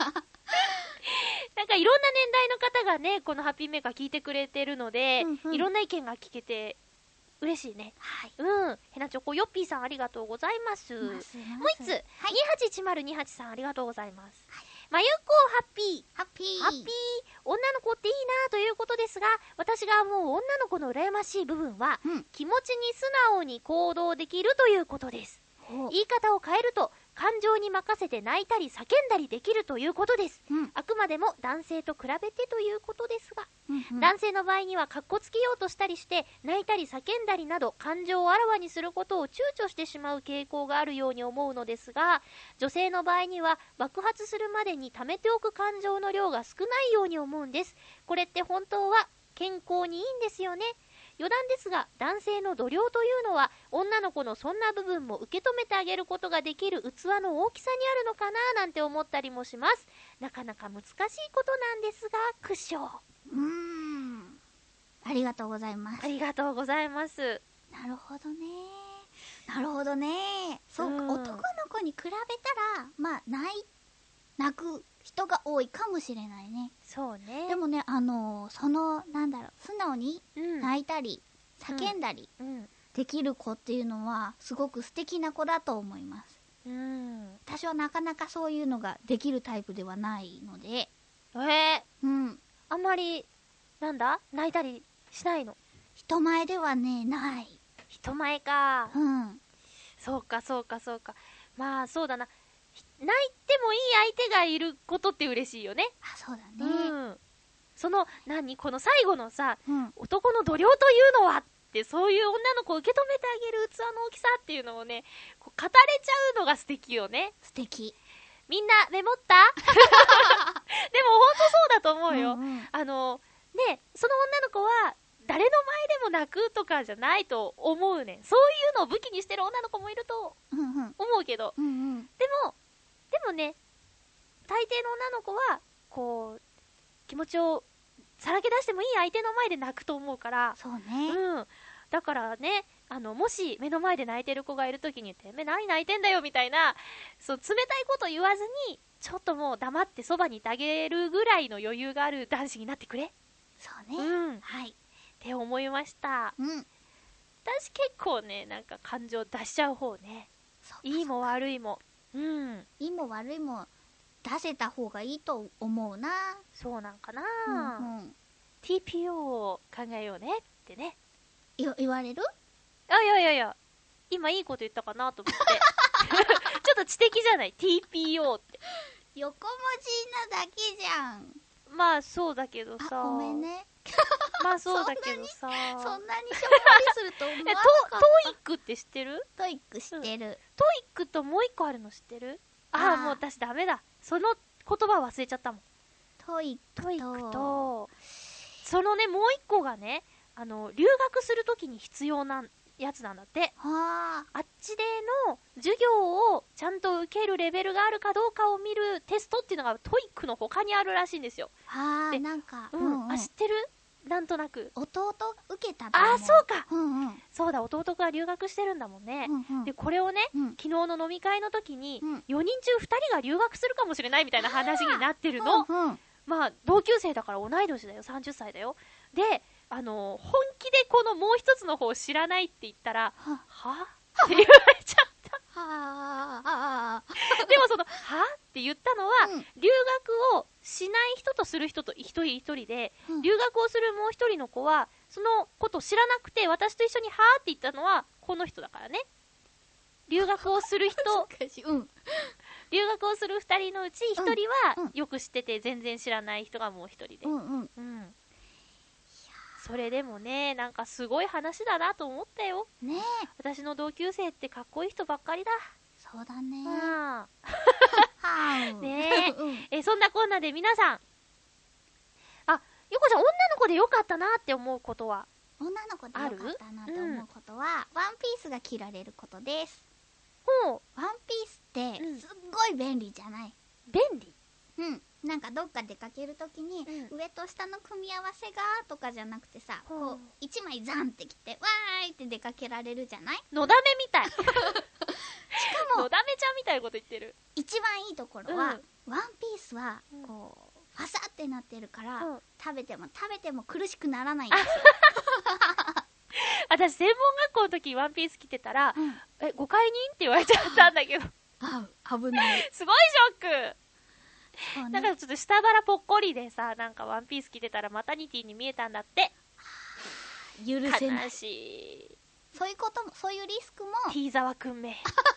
なんかいろんな年代の方がね、このハッピーメーカー聞いてくれてるので、うんうん、いろんな意見が聞けて嬉しいね。 はい。 うん。へなちょこよっぴーさんありがとうございます。もう一つ、はい、にはちいちまるにはちさんありがとうございます。はい、まゆっこハッピー。 ハッピー。 ハッピー。女の子っていいなということですが、私が思う女の子の羨ましい部分は、うん、気持ちに素直に行動できるということです。言い方を変えると、感情に任せて泣いたり叫んだりできるということです、うん、あくまでも男性と比べてということですが、うんうん、男性の場合にはカッコつけようとしたりして泣いたり叫んだりなど感情をあらわにすることを躊躇してしまう傾向があるように思うのですが、女性の場合には爆発するまでに溜めておく感情の量が少ないように思うんです。これって本当は健康にいいんですよね。余談ですが、男性の度量というのは女の子のそんな部分も受け止めてあげることができる器の大きさにあるのかななんて思ったりもします。なかなか難しいことなんですが、苦笑。 うーん、ありがとうございます。 ありがとうございます。 なるほどね。なるほどね。そうか、男の子に比べたらまあ泣い泣く人が多いかもしれないね。 そうね。 でもね、あのー、そのなんだろう、素直に泣いたり、うん、叫んだりできる子っていうのはすごく素敵な子だと思います。うん。私はなかなかそういうのができるタイプではないので。 えー、 うん。 あんまりなんだ泣いたりしないの？ 人前ではね、ない。 人前か。 うん。 そうかそうかそうか。まあそうだな。泣いてもいい相手がいることって嬉しいよね。 あ、そうだね。うん。 その、何この最後のさ、うん、男の度量というのはって、そういう女の子を受け止めてあげる器の大きさっていうのをね、こう語れちゃうのが素敵よね。 素敵。 みんなメモったでも本当そうだと思うよ。うんうん、あの、ね、その女の子は、誰の前でも泣くとかじゃないと思うね。そういうのを武器にしてる女の子もいると思うけど、 うんうん、 でも、でもね、大抵の女の子はこう気持ちをさらけ出してもいい相手の前で泣くと思うから。 そうね。 うん。だからね、あのもし目の前で泣いてる子がいるときに、てめえ何泣いてんだよみたいな、そう冷たいこと言わずに、ちょっともう黙ってそばにいてあげるぐらいの余裕がある男子になってくれ。 そうね。 うん。 はい。 って思いました。 うん。 私結構ね、なんか感情出しちゃう方ね。いいも悪いも。うん。 いいも悪いも出せた方がいいと思うな。 そうなんかな、 うんうん、 ティーピーオー を考えようねってね。 よ言われる？ あ、いやいやいや、今いいこと言ったかなと思ってちょっと知的じゃない ティーピーオー って横文字なだけじゃん。 まあそうだけどさ。 あ、ごめんねまあそうだけどさ、 そんなにしょんぼりすると思わなかった。 トイックって知ってる？ トイック知ってる、うん、 トイックともう一個あるの知ってる？ああ、もう私ダメだ。その言葉忘れちゃったもん。 トイックと、 トイックとそのね、もう一個がね、あの留学するときに必要なやつなんだって。 はあ。 あっちでの授業をちゃんと受けるレベルがあるかどうかを見るテストっていうのがトイックの他にあるらしいんですよ。 はあ。なんか、 うんうん、あ、知ってる？ なんとなく。 弟受けたと思う。 あ、そうか、 うんうん。 そうだ、弟が留学してるんだもんね。 うんうん、 で、これをね、 うん、 昨日の飲み会の時に、 うん、 よにん中ふたりが留学するかもしれないみたいな話になってるの。 うんうん、 まあ、同級生だから同い年だよ、さんじゅっさいだよ。で、あの、本気でこのもう一つの方を知らないって言ったら、 は、 はって言われちゃった。 はあ、 でもその、はって言ったのは、 うん、 留学をしない人とする人と一人一人で、 うん、 留学をするもう一人の子は、そのことを知らなくて、私と一緒にはーって言ったのは、この人だからね。留学をする人、 うん、 留学をする二人のうち一人はうんうん、 よく知ってて全然知らない人がもう一人で。 うんうん。 うん。それでもね、なんかすごい話だなと思ったよ。 ねえ。 私の同級生ってかっこいい人ばっかりだ。 そうだね。 うん。 はぁ。 ねえ、 うん、 え、そんなこんなで皆さん、あ、ゆこちゃん女の子でよかったなって思うことは女の子でよかったなと思うことは、ワンピースが着られることです。 ほワンピースってうんすっごい便利じゃない？ 便利。 うん。なんかどっか出かけるときに、 うん、 上と下の組み合わせがとかじゃなくてさ、 うん、 こう一枚ザンってきてわーいって出かけられるじゃない？ のだめみたい。しかものだめちゃんみたいなこと言ってる。 一番いいところは、 うん、 ワンピースはうん、 こうファサってなってるから、 うん、 食べても食べても苦しくならないんですよ。 私専門学校の時ワンピース着てたら、 うん、 え、誤解人って言われちゃったんだけど。 あ、危ない。 すごいショック。 そうね、 なんかちょっと下腹ぽっこりでさ、なんかワンピース着てたらマタニティに見えたんだって。 許せない。 悲しい。 そういうことも、そういうリスクも T 沢くんめ。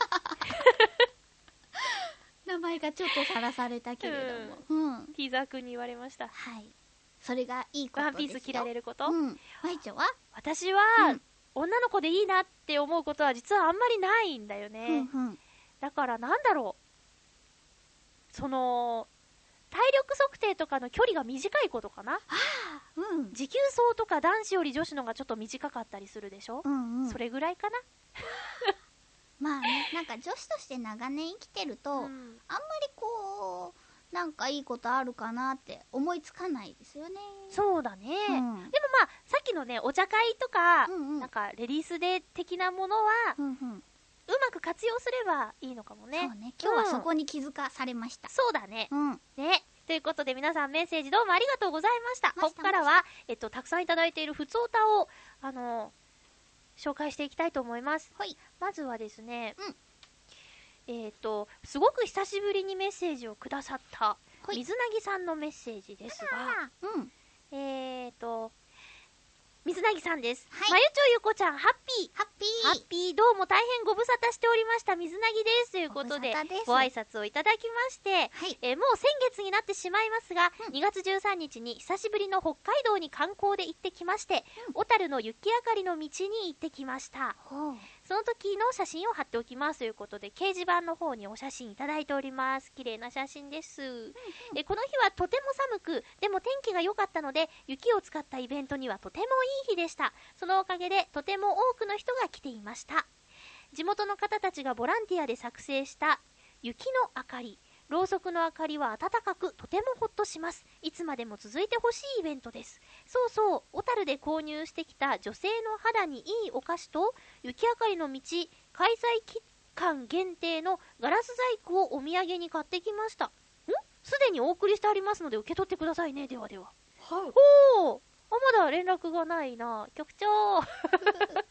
名前がちょっとさらされたけれども、うん、 T 沢くんに言われました。 はい。それがいいことですよ。 ワンピース着られること。 うん。まいちょは？ 私は、うん、女の子でいいなって思うことは実はあんまりないんだよね。 うんうん、 だからなんだろう。その、体力測定とかの距離が短いことかな。はあ、うん。 持久走とか男子より女子のがちょっと短かったりするでしょ。 うんうん。 それぐらいかな。 まあね、なんか女子として長年生きてると、うん、あんまりこう、なんかいいことあるかなって思いつかないですよね。 そうだね。うん、でもまあ、さっきのね、お茶会とか、うんうん、なんかレディースデー的なものは、うんうん、うまく活用すればいいのかもね。 そうね。今日はそこに気づかされました。 うん、そうだね。 うん。 ね。ということで皆さんメッセージどうもありがとうございました。ここからは、えっと、たくさんいただいているふつおたを、あの、紹介していきたいと思います。 はい。 まずはですね、 うん、 えっと、すごく久しぶりにメッセージをくださった、水なぎさんのメッセージですが、 うん、 えっと、水なぎさんです。 はい。 まゆちょゆこちゃん、ハッピー。 ハッピー。 ハッピー、どうも大変ご無沙汰しておりました、水なぎです。ということで、ご挨拶をいただきまして、 はい、 えー、もう先月になってしまいますが、うん、にがつじゅうさんにちに久しぶりの北海道に観光で行ってきまして、うん、小樽の雪明かりの道に行ってきました。 うん、 その時の写真を貼っておきますということで、掲示板の方にお写真いただいております。綺麗な写真です。うんうん、えこの日はとても寒く、でも天気が良かったので、雪を使ったイベントにはとてもいい日でした。そのおかげでとても多くの人が来ていました。地元の方たちがボランティアで作成した雪の明かり、ろうそくの明かりは暖かくとてもほっとします。いつまでも続いてほしいイベントです。そうそう、小樽で購入してきた女性の肌にいいお菓子と雪明かりの道開催期間限定のガラス細工をお土産に買ってきました。ん？すでにお送りしてありますので受け取ってくださいね。ではでは。 はい。 おー、あ、まだ連絡がないな。局長。えー、お土産くださ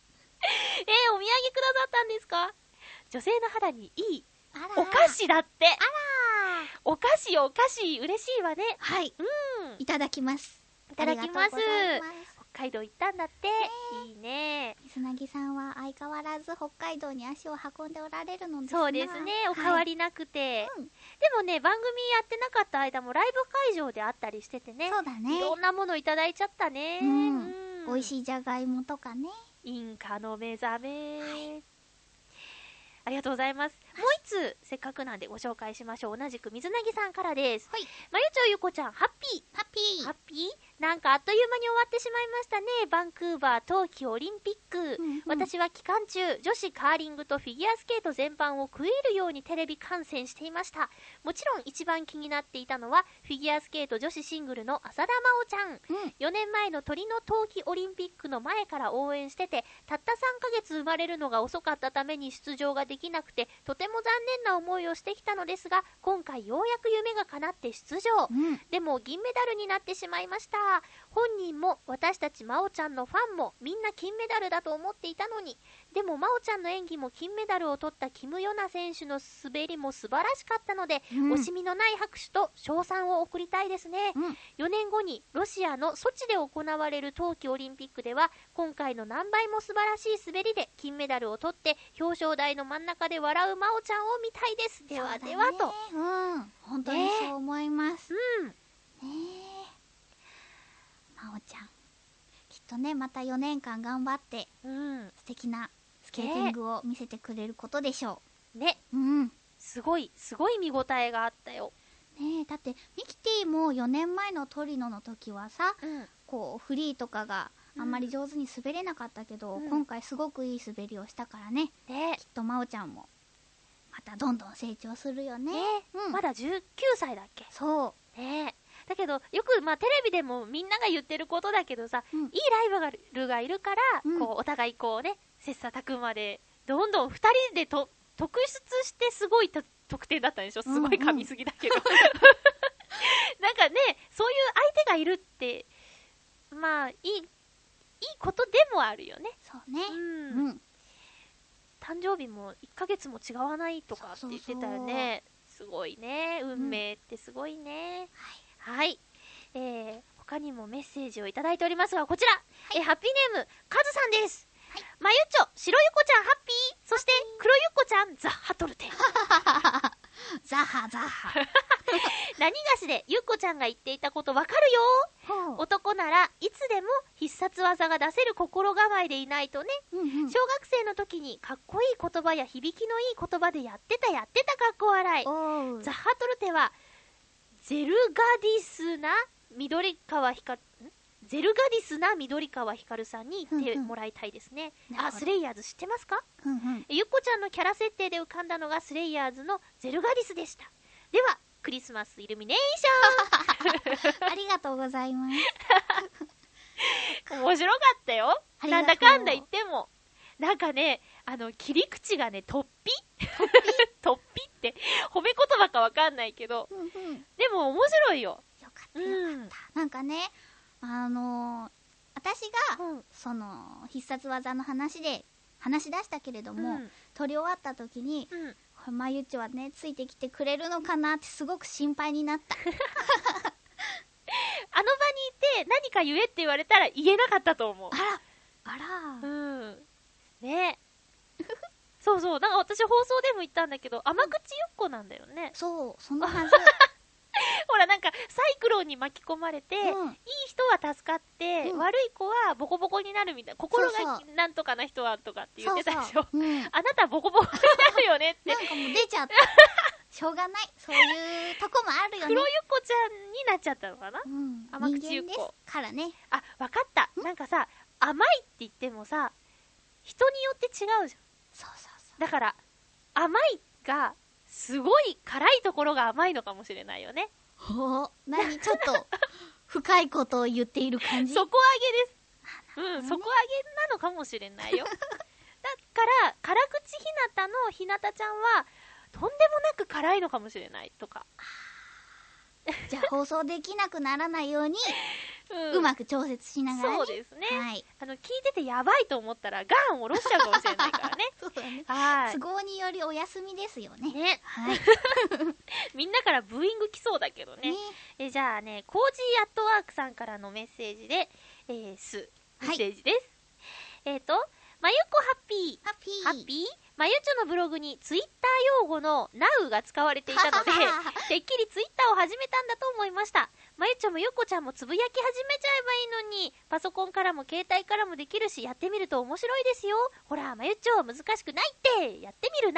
ったんですか？女性の肌にいいお菓子だって。あらー。お菓子お菓子嬉しいわね。 はい。 うん。 いただきます。 いただきます。北海道行ったんだって。いいね。 水なぎさんは相変わらず北海道に足を運んでおられるのですが。 そうですね。お変わりなくて。はい、うん、でもね、番組やってなかった間もライブ会場であったりしててね。 そうだね。 いろんなものいただいちゃったね。うん。 うん、美味しいじゃがいもとかね。 インカの目覚め、はい、ありがとうございます。もう一つせっかくなんでご紹介しましょう。同じく水なぎさんからです。 はい。 まゆちょゆこちゃん、ハッピー。 ハッピー。 ハッピーなんかあっという間に終わってしまいましたね。バンクーバー冬季オリンピック、 うんうん、 私は期間中女子カーリングとフィギュアスケート全般を食い入るようにテレビ観戦していました。もちろん一番気になっていたのはフィギュアスケート女子シングルの浅田真央ちゃん、うん、よねんまえのトリノ冬季オリンピックの前から応援してて、たったさんかげつ生まれるのが遅かったために出場ができなくてとても残念な思いをしてきたのですが、今回ようやく夢が叶って出場、うん、でも銀メダルになってしまいました。本人も私たち真央ちゃんのファンもみんな金メダルだと思っていたのに、でも真央ちゃんの演技も金メダルを取ったキム・ヨナ選手の滑りも素晴らしかったので、うん、惜しみのない拍手と称賛を送りたいですね、うん、よねんごにロシアのソチで行われる冬季オリンピックでは今回の何倍も素晴らしい滑りで金メダルを取って表彰台の真ん中で笑う真央ちゃんを見たいです。ではではと、 うん、本当にそう思います、 ね、うんね真央ちゃんきっとねまたよねんかん頑張って、 うん、 素敵なスケーティングを見せてくれることでしょうね、 うん、 すごいすごい見応えがあったよね。だってミキティもよねんまえのトリノの時はさ、うん、こうフリーとかがあんまり上手に滑れなかったけど、うん、今回すごくいい滑りをしたからね、ねきっと真央ちゃんもまたどんどん成長するよね。ね、 うん、まだじゅうきゅうさいだっけ。 そうねだけどよく、まあ、テレビでもみんなが言ってることだけどさ、うん、いいライバルがいるから、うん、こうお互いこうね切磋琢磨でどんどんふたりでと特出してすごい得点だったんでしょ。すごい噛みすぎだけど、うんうん、なんかねそういう相手がいるってまあいいいいことでもあるよね。 そうね、 うんうん、誕生日もいっかげつも違わないとかって言ってたよね。そうそうそうすごいね、運命ってすごいね、うん、はい、はい、えー、他にもメッセージをいただいておりますがこちら、はい、えー、ハッピーネームカズさんです。はい、まゆちょ白ゆこちゃんハッピー、そして黒ゆこちゃんザッハトルテザハザハ何がしでゆっこちゃんが言っていたことわかるよ。男ならいつでも必殺技が出せる心構えでいないとね、うんうん、小学生の時にかっこいい言葉や響きのいい言葉でやってたやってたかっこ笑い。ザッハトルテはゼルガディスな緑川光ゼルガディスな緑川光さんに言ってもらいたいですね、うんうん、あ、スレイヤーズ知ってますか、うんうん、ゆっこちゃんのキャラ設定で浮かんだのがスレイヤーズのゼルガディスでした。ではクリスマスイルミネーションありがとうございます面白かったよ。なんだかんだ言ってもなんかねあの切り口がねとっぴとっぴって褒め言葉かわかんないけど、うんうん、でも面白いよ。 よかったよかった、うん、なんかねあのー、私が、うん、その必殺技の話で話し出したけれども、うん、撮り終わった時に、うんこれまゆっちはねついてきてくれるのかなってすごく心配になったあの場にいて何か言えって言われたら言えなかったと思う。 あらあらうんねそうそうなんか私放送でも言ったんだけど甘口ゆっこなんだよね。 そうそのはずほらなんかサイクロンに巻き込まれて、うん、いい人は助かって、うん、悪い子はボコボコになるみたいな、心がなんとかな人はとかって言ってたでしょ。そうそう、うん、あなたボコボコになるよねってなんかもう出ちゃったしょうがないそういうとこもあるよね。 黒ゆっこちゃんになっちゃったのかな、うん、甘口ゆっこ人間ですからね。 あ、わかった。なんかさ甘いって言ってもさ人によって違うじゃん。そうそうそうだから甘いがすごい辛いところが甘いのかもしれないよね。 ほう、何ちょっと深いことを言っている感じ。 底上げです。うん、底上げなのかもしれないよ。だから辛口ひなたのひなたちゃんはとんでもなく辛いのかもしれないとか。 じゃあ放送できなくならないように、うん、うまく調節しながらね。 そうですね、はい、あの聞いててやばいと思ったらガン下ろしちゃうかもしれないからねそうだね、はい、都合によりお休みですよね。ね、はい、 みんなからブーイング来そうだけどね。ねえじゃあねコージーアットワークさんからのメッセージで、えー、すメッセージです、はい、えっ、ー、とまゆっこハッピーハッピーハッピーまゆちょのブログにツイッター用語の ナウ が使われていたのでてっきりツイッターを始めたんだと思いました。まゆちょもゆっこちゃんもつぶやき始めちゃえばいいのにパソコンからも携帯からもできるしやってみると面白いですよ。ほらまゆちょ難しくないってやってみる ナウ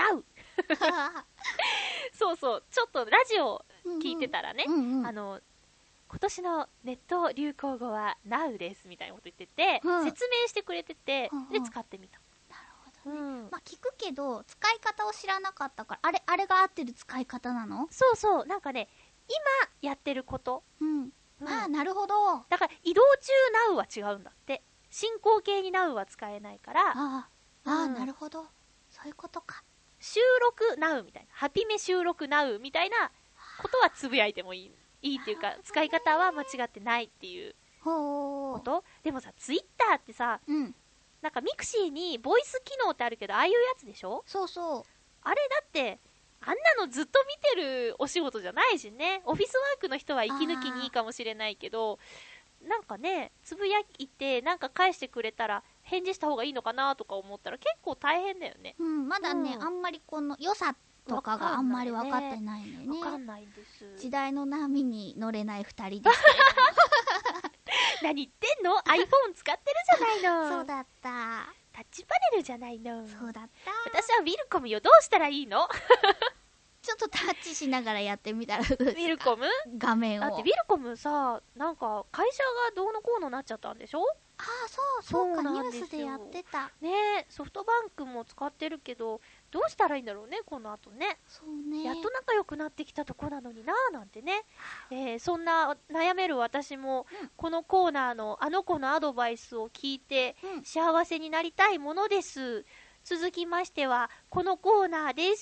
そうそう、ちょっとラジオ聞いてたらね、 うんうん、 あの今年のネット流行語は ナウ ですみたいなこと言ってて、 うん、 説明してくれてて、 うんうん、 で使ってみた。 なるほどね、 うん、 まあ聞くけど使い方を知らなかったから、あれあれが合ってる使い方なの？ そうそう、なんかね、今やってること、 うん、うん、ああ、なるほど。 だから移動中 ナウ は違うんだって。進行形に ナウ は使えないから、 ああ、ああ、うん、なるほど、そういうことか。 収録 ナウ みたいな、ハピメ収録 ナウ みたいなことはつぶやいてもいい。いいっていうか、ね、使い方は間違ってないっていうこと。でもさ、ツイッターってさ、うん、なんかミクシーにボイス機能ってあるけど、ああいうやつでしょ？ そうそう。 あれだって、あんなのずっと見てるお仕事じゃないしね。オフィスワークの人は息抜きにいいかもしれないけど、なんかね、つぶやいてなんか返してくれたら返事した方がいいのかなとか思ったら結構大変だよね。 うん、まだね、うん、あんまりこの良さとかがあんまり分かってないのよね。 わかんないんです。 時代の波に乗れない二人ですけど何言ってんの？ iPhone 使ってるじゃないの。 そうだった。 タッチパネルじゃないの。 そうだった。 私はウィルコムよ。どうしたらいいの？ ちょっとタッチしながらやってみたらどうですか？ ウィルコム？ 画面を。 だってウィルコムさ、なんか会社がどうのこうのなっちゃったんでしょ？ ああ、そうそうか、ニュースでやってたね。え、ソフトバンクも使ってるけど、どうしたらいいんだろうね、この後ね。 そうね。 やっと仲良くなってきたとこなのになーなんてね。えー、そんな悩める私も、うん、このコーナーのあの子のアドバイスを聞いて、うん、幸せになりたいものです。続きましてはこのコーナーです。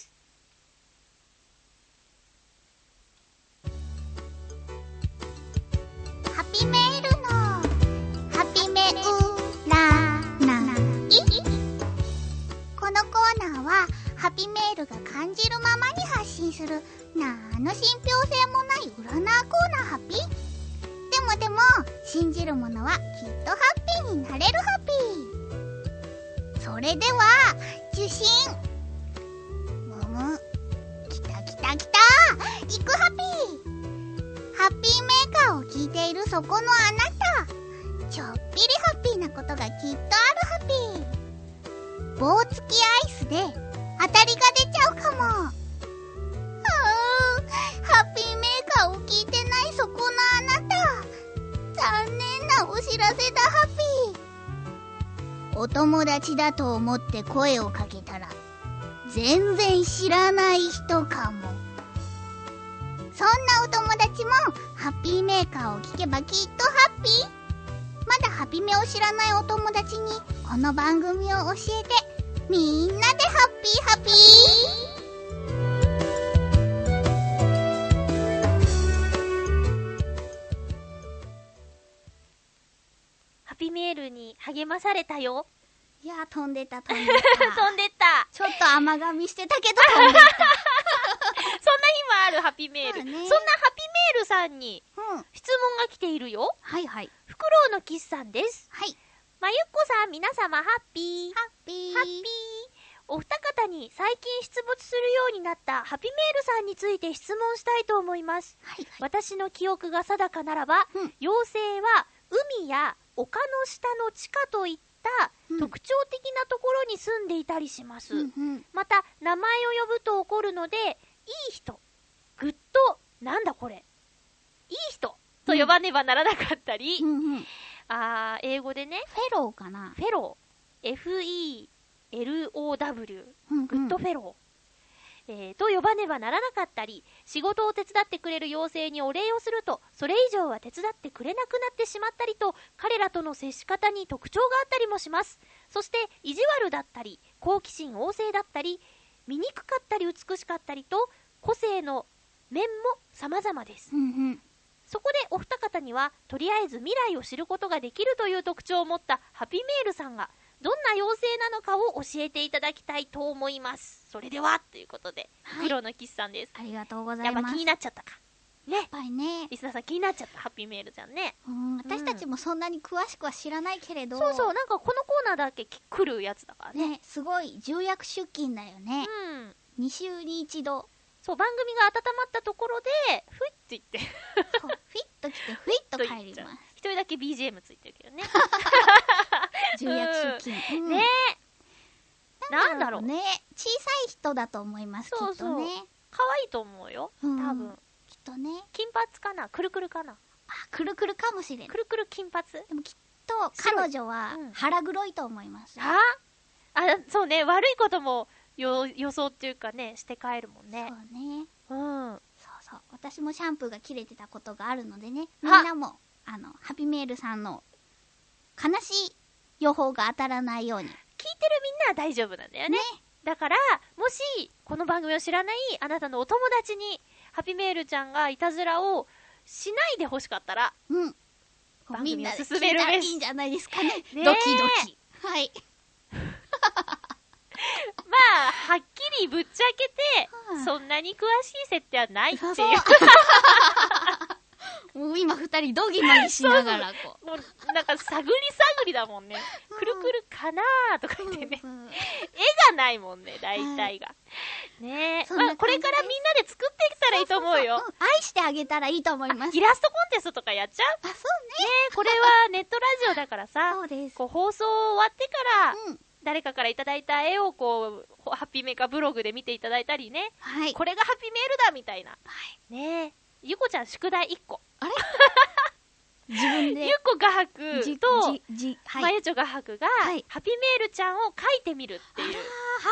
ハピメールのハピメうらないこのコーナーはハピメールが感じるままに発信するなんの信憑性もない占いコーナーハピ。でもでも信じるものはきっとハッピーになれるハピー。それでは受信。むむきたきたきたいくハピー。ハッピーメーカーを聞いているそこのあなた、ちょっぴりハッピーなことがきっとあるハピー。棒付きアイスで当たりが出ちゃうかも。はぁ、ハッピーメーカーを聞いてないそこのあなた、残念なお知らせだハピー。お友達だと思って声をかけたら全然知らない人かも。そんなお友達もハッピーメーカーを聞けばきっとハッピー。まだハピメを知らないお友達にこの番組を教えて、みんなでハッピーハッピー。 ハピメールに励まされたよ。 いや、飛んでた飛んでた飛んでた。 ちょっと甘噛みしてたけど飛んでたそんな日もあるハピメール、ね、そんなハピメールさんに質問が来ているよ、 うん、はいはい。 フクロウのキスさんです。 はい。 まゆっこさん、皆様ハッピーハッピーハッピー。お二方に最近出没するようになったハピメールさんについて質問したいと思います、はいはい。私の記憶が定かならば、うん、妖精は海や丘の下の地下といった特徴的なところに住んでいたりします、うんうん、また名前を呼ぶと怒るので、いい人、グッド、なんだこれ、いい人と呼ばねばならなかったり、うんうんうん、あー、英語でね、 フェローかな、 フェロー、 エフイーエルオーダブリュー、うんうん、グッドフェロー、えー、と呼ばねばならなかったり、仕事を手伝ってくれる妖精にお礼をするとそれ以上は手伝ってくれなくなってしまったりと、彼らとの接し方に特徴があったりもします。そして意地悪だったり好奇心旺盛だったり醜かったり美しかったりと個性の面も様々です、うんうん、そこでお二方にはとりあえず未来を知ることができるという特徴を持ったハピメールさんがどんな妖精なのかを教えていただきたいと思います。それではということで、はい、黒のキスさんです。 ありがとうございます。 やっぱ気になっちゃったかね。 やっぱりね、 リスナーさん気になっちゃったハッピーメールじゃんね。 うん、私たちもそんなに詳しくは知らないけれど、 そうそう、なんかこのコーナーだけ来るやつだからね。 ね、すごい重役出勤だよね。うん。に週に一度。 そう、番組が温まったところでふいって言ってそう、フィッと来てフィッと帰ります。 一人だけ ビージーエム ついてるけどね。 重役出勤、うん、 ねえ。 ななんだろうね。小さい人だと思います。 そうそうきっとね。 可愛いと思うよ、 うん多分。 きっとね。 金髪かな、くるくるかな。 あ、くるくるかもしれない。 くるくる金髪。 でもきっと彼女はうん腹黒いと思います。 ああ、そうね、悪いこともよ予想っていうかね、して帰るもんそうね。 ね。 うん。 そうそう。私もシャンプーが切れてたことがあるのでね。みんはなも、あの、ハピメールさんの悲しい予報が当たらないように。 聞いてるみんなは大丈夫なんだよね。だから、もし、この番組を知らないあなたのお友達に、ハピメールちゃんがいたずらをしないで欲しかったら、 うん。 番組をみんなで進めるべし聞いたらいいんじゃないですかね。 ねえドキドキ。はい。 まあ、はっきりぶっちゃけて、 はいそんなに詳しい設定はないっていう。 そうもう今二人ドギマギしながらこう。 もう、なんか探り探りだもんね。くるくるかなーとか言ってね。 うんうん絵がないもんね、大体が。ねえ。 そんなまあ、これからみんなで作っていったらいいと思うよ。 うん愛してあげたらいいと思います。 イラストコンテストとかやっちゃう？ あ、そうねえ、これはネットラジオだからね。 さ、 そうです。 こう放送終わってから、 うん。 誰かからいただいた絵をこう、ハッピーメーカーブログで見ていただいたりね。 はい。 これがハッピーメールだみたいな。 はい。 ねえ。ゆこちゃん宿題いっこ。 あれ自分で。 ゆこ画伯じと、 じ、じ、はい。 まゆちょ画伯が、 はいハッピーメールちゃんを描いてみるっていう。 あらー、はい。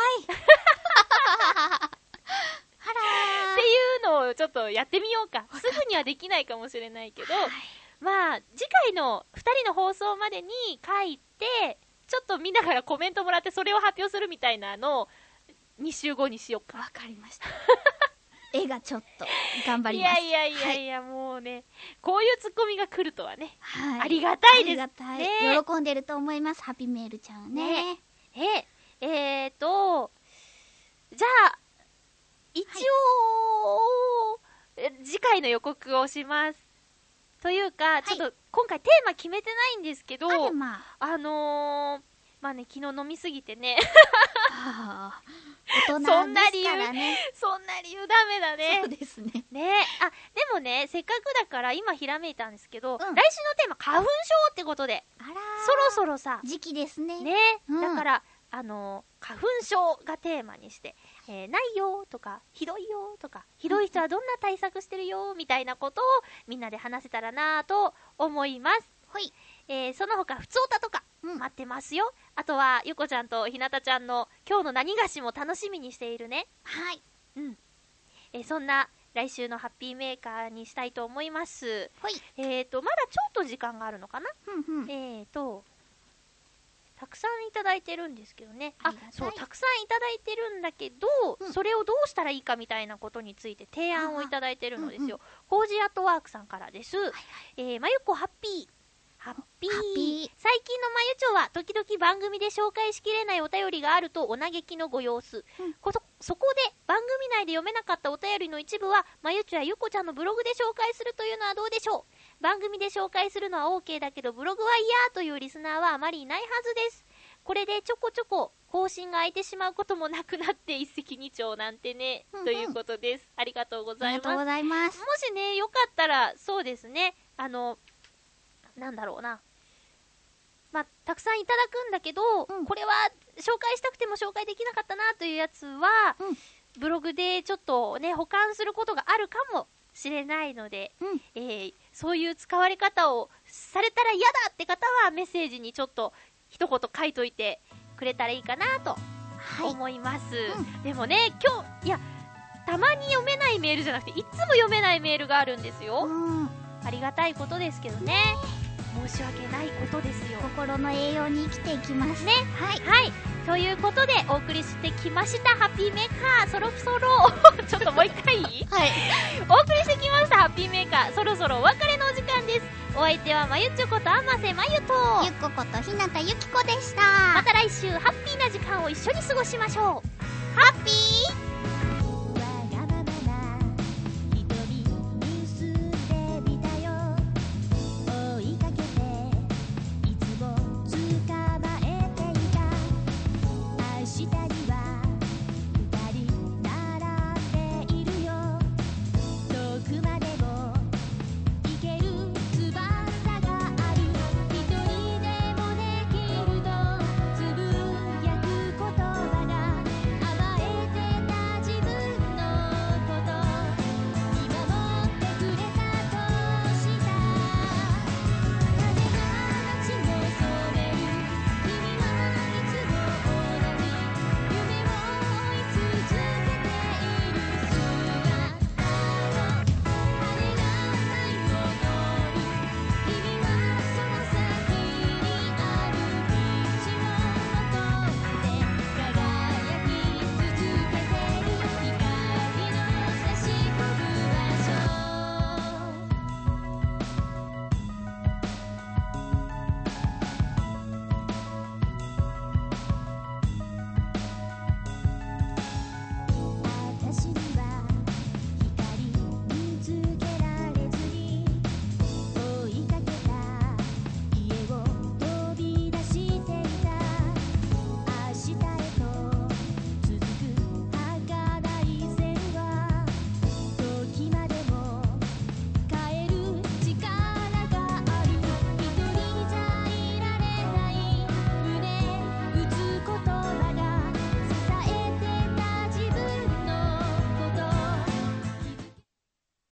あらっていうのをちょっとやってみようか。すぐにはできないかもしれないけど、 ー。はい。 まあ、次回のふたりの放送までに書いて、ちょっとみんなからコメントもらってそれを発表するみたいなのをに週後にしようか。 わかりました。絵がちょっと頑張りいます。 やいやいやいや、もうね、こういうツッコミが来るとはね。 はい。 ありがたいですありがたい。 ね喜んでると思います、ハピメールちゃんね。 ねえ、えーと、じゃあ、一応、え次回の予告をします。というか、 いちょっと今回テーマ決めてないんですけど、 あれまあ。 あのー、まあね、昨日飲みすぎてね、 はあ、大人そんな理由ですからね。 そんな理由ダメだね。 そうですね。 ねあ、でもね、せっかくだから今ひらめいたんですけど、 うん来週のテーマ花粉症ってことで、 あらーそろそろさ、 時期ですね。 ね、 うんだから、あのー、花粉症がテーマにして、えーないよとか、ひどいよとか、ひどい人はどんな対策してるよみたいなことをみんなで話せたらなぁと思います。 ほい。 えー、その他、ふつおたとか、 うん待ってますよ。あとは、ゆこちゃんとひなたちゃんの今日の何菓子も楽しみにしているね。 はい。 うん。えーそんな来週のハッピーメーカーにしたいと思います。 ほい。 えーと、まだちょっと時間があるのかな？ ふんふん。 えーと、たくさんいただいてるんですけどね。あありがたい、 そう、たくさんいただいてるんだけど、 うんそれをどうしたらいいかみたいなことについて提案をいただいてるのですうんよ。コージーアットワークさんからです。 はいえー、まゆこハッピー。ハッピー。 ハッピー最近のまゆちょは、時々番組で紹介しきれないお便りがあるとお嘆きのご様子。 うんこそ、そこで、番組内で読めなかったお便りの一部は、まゆちょやゆこちゃんのブログで紹介するというのはどうでしょう。番組で紹介するのは OK だけど、ブログは嫌というリスナーはあまりいないはずです。これでちょこちょこ更新が空いてしまうこともなくなって一石二鳥なんてね、 うんうんということです。ありがとうごあざいます。 りがとうございます。 もしね、よかったら、そうですね、あの、なんだろうな。まあ、たくさんいただくんだけど、 うんこれは紹介したくても紹介できなかったなというやつは、 うんブログでちょっとね、保管することがあるかもしれないので、 うん。 えーそういう使われ方をされたら嫌だって方はメッセージにちょっと一言書いといてくれたらいいかなとはい。 思います、 うでもね、今日、いや、たまに読めないメールじゃなくていつも読めないメールがあるんですよ、 うん。 ありがたいことですけどね、申し訳ないことですよ心の栄養に生きていきます。 ね。 はい。 はい、ということでお送りしてきましたハッピーメーカー、そろそろちょっともう一回いいはい。 お送りしてきましたハッピーメーカー、そろそろお別れのお時間です。お相手はまゆちょことあませまゆと、 ゆっこことひなたゆきこでした。 また来週ハッピーな時間を一緒に過ごしましょう。 ハッピー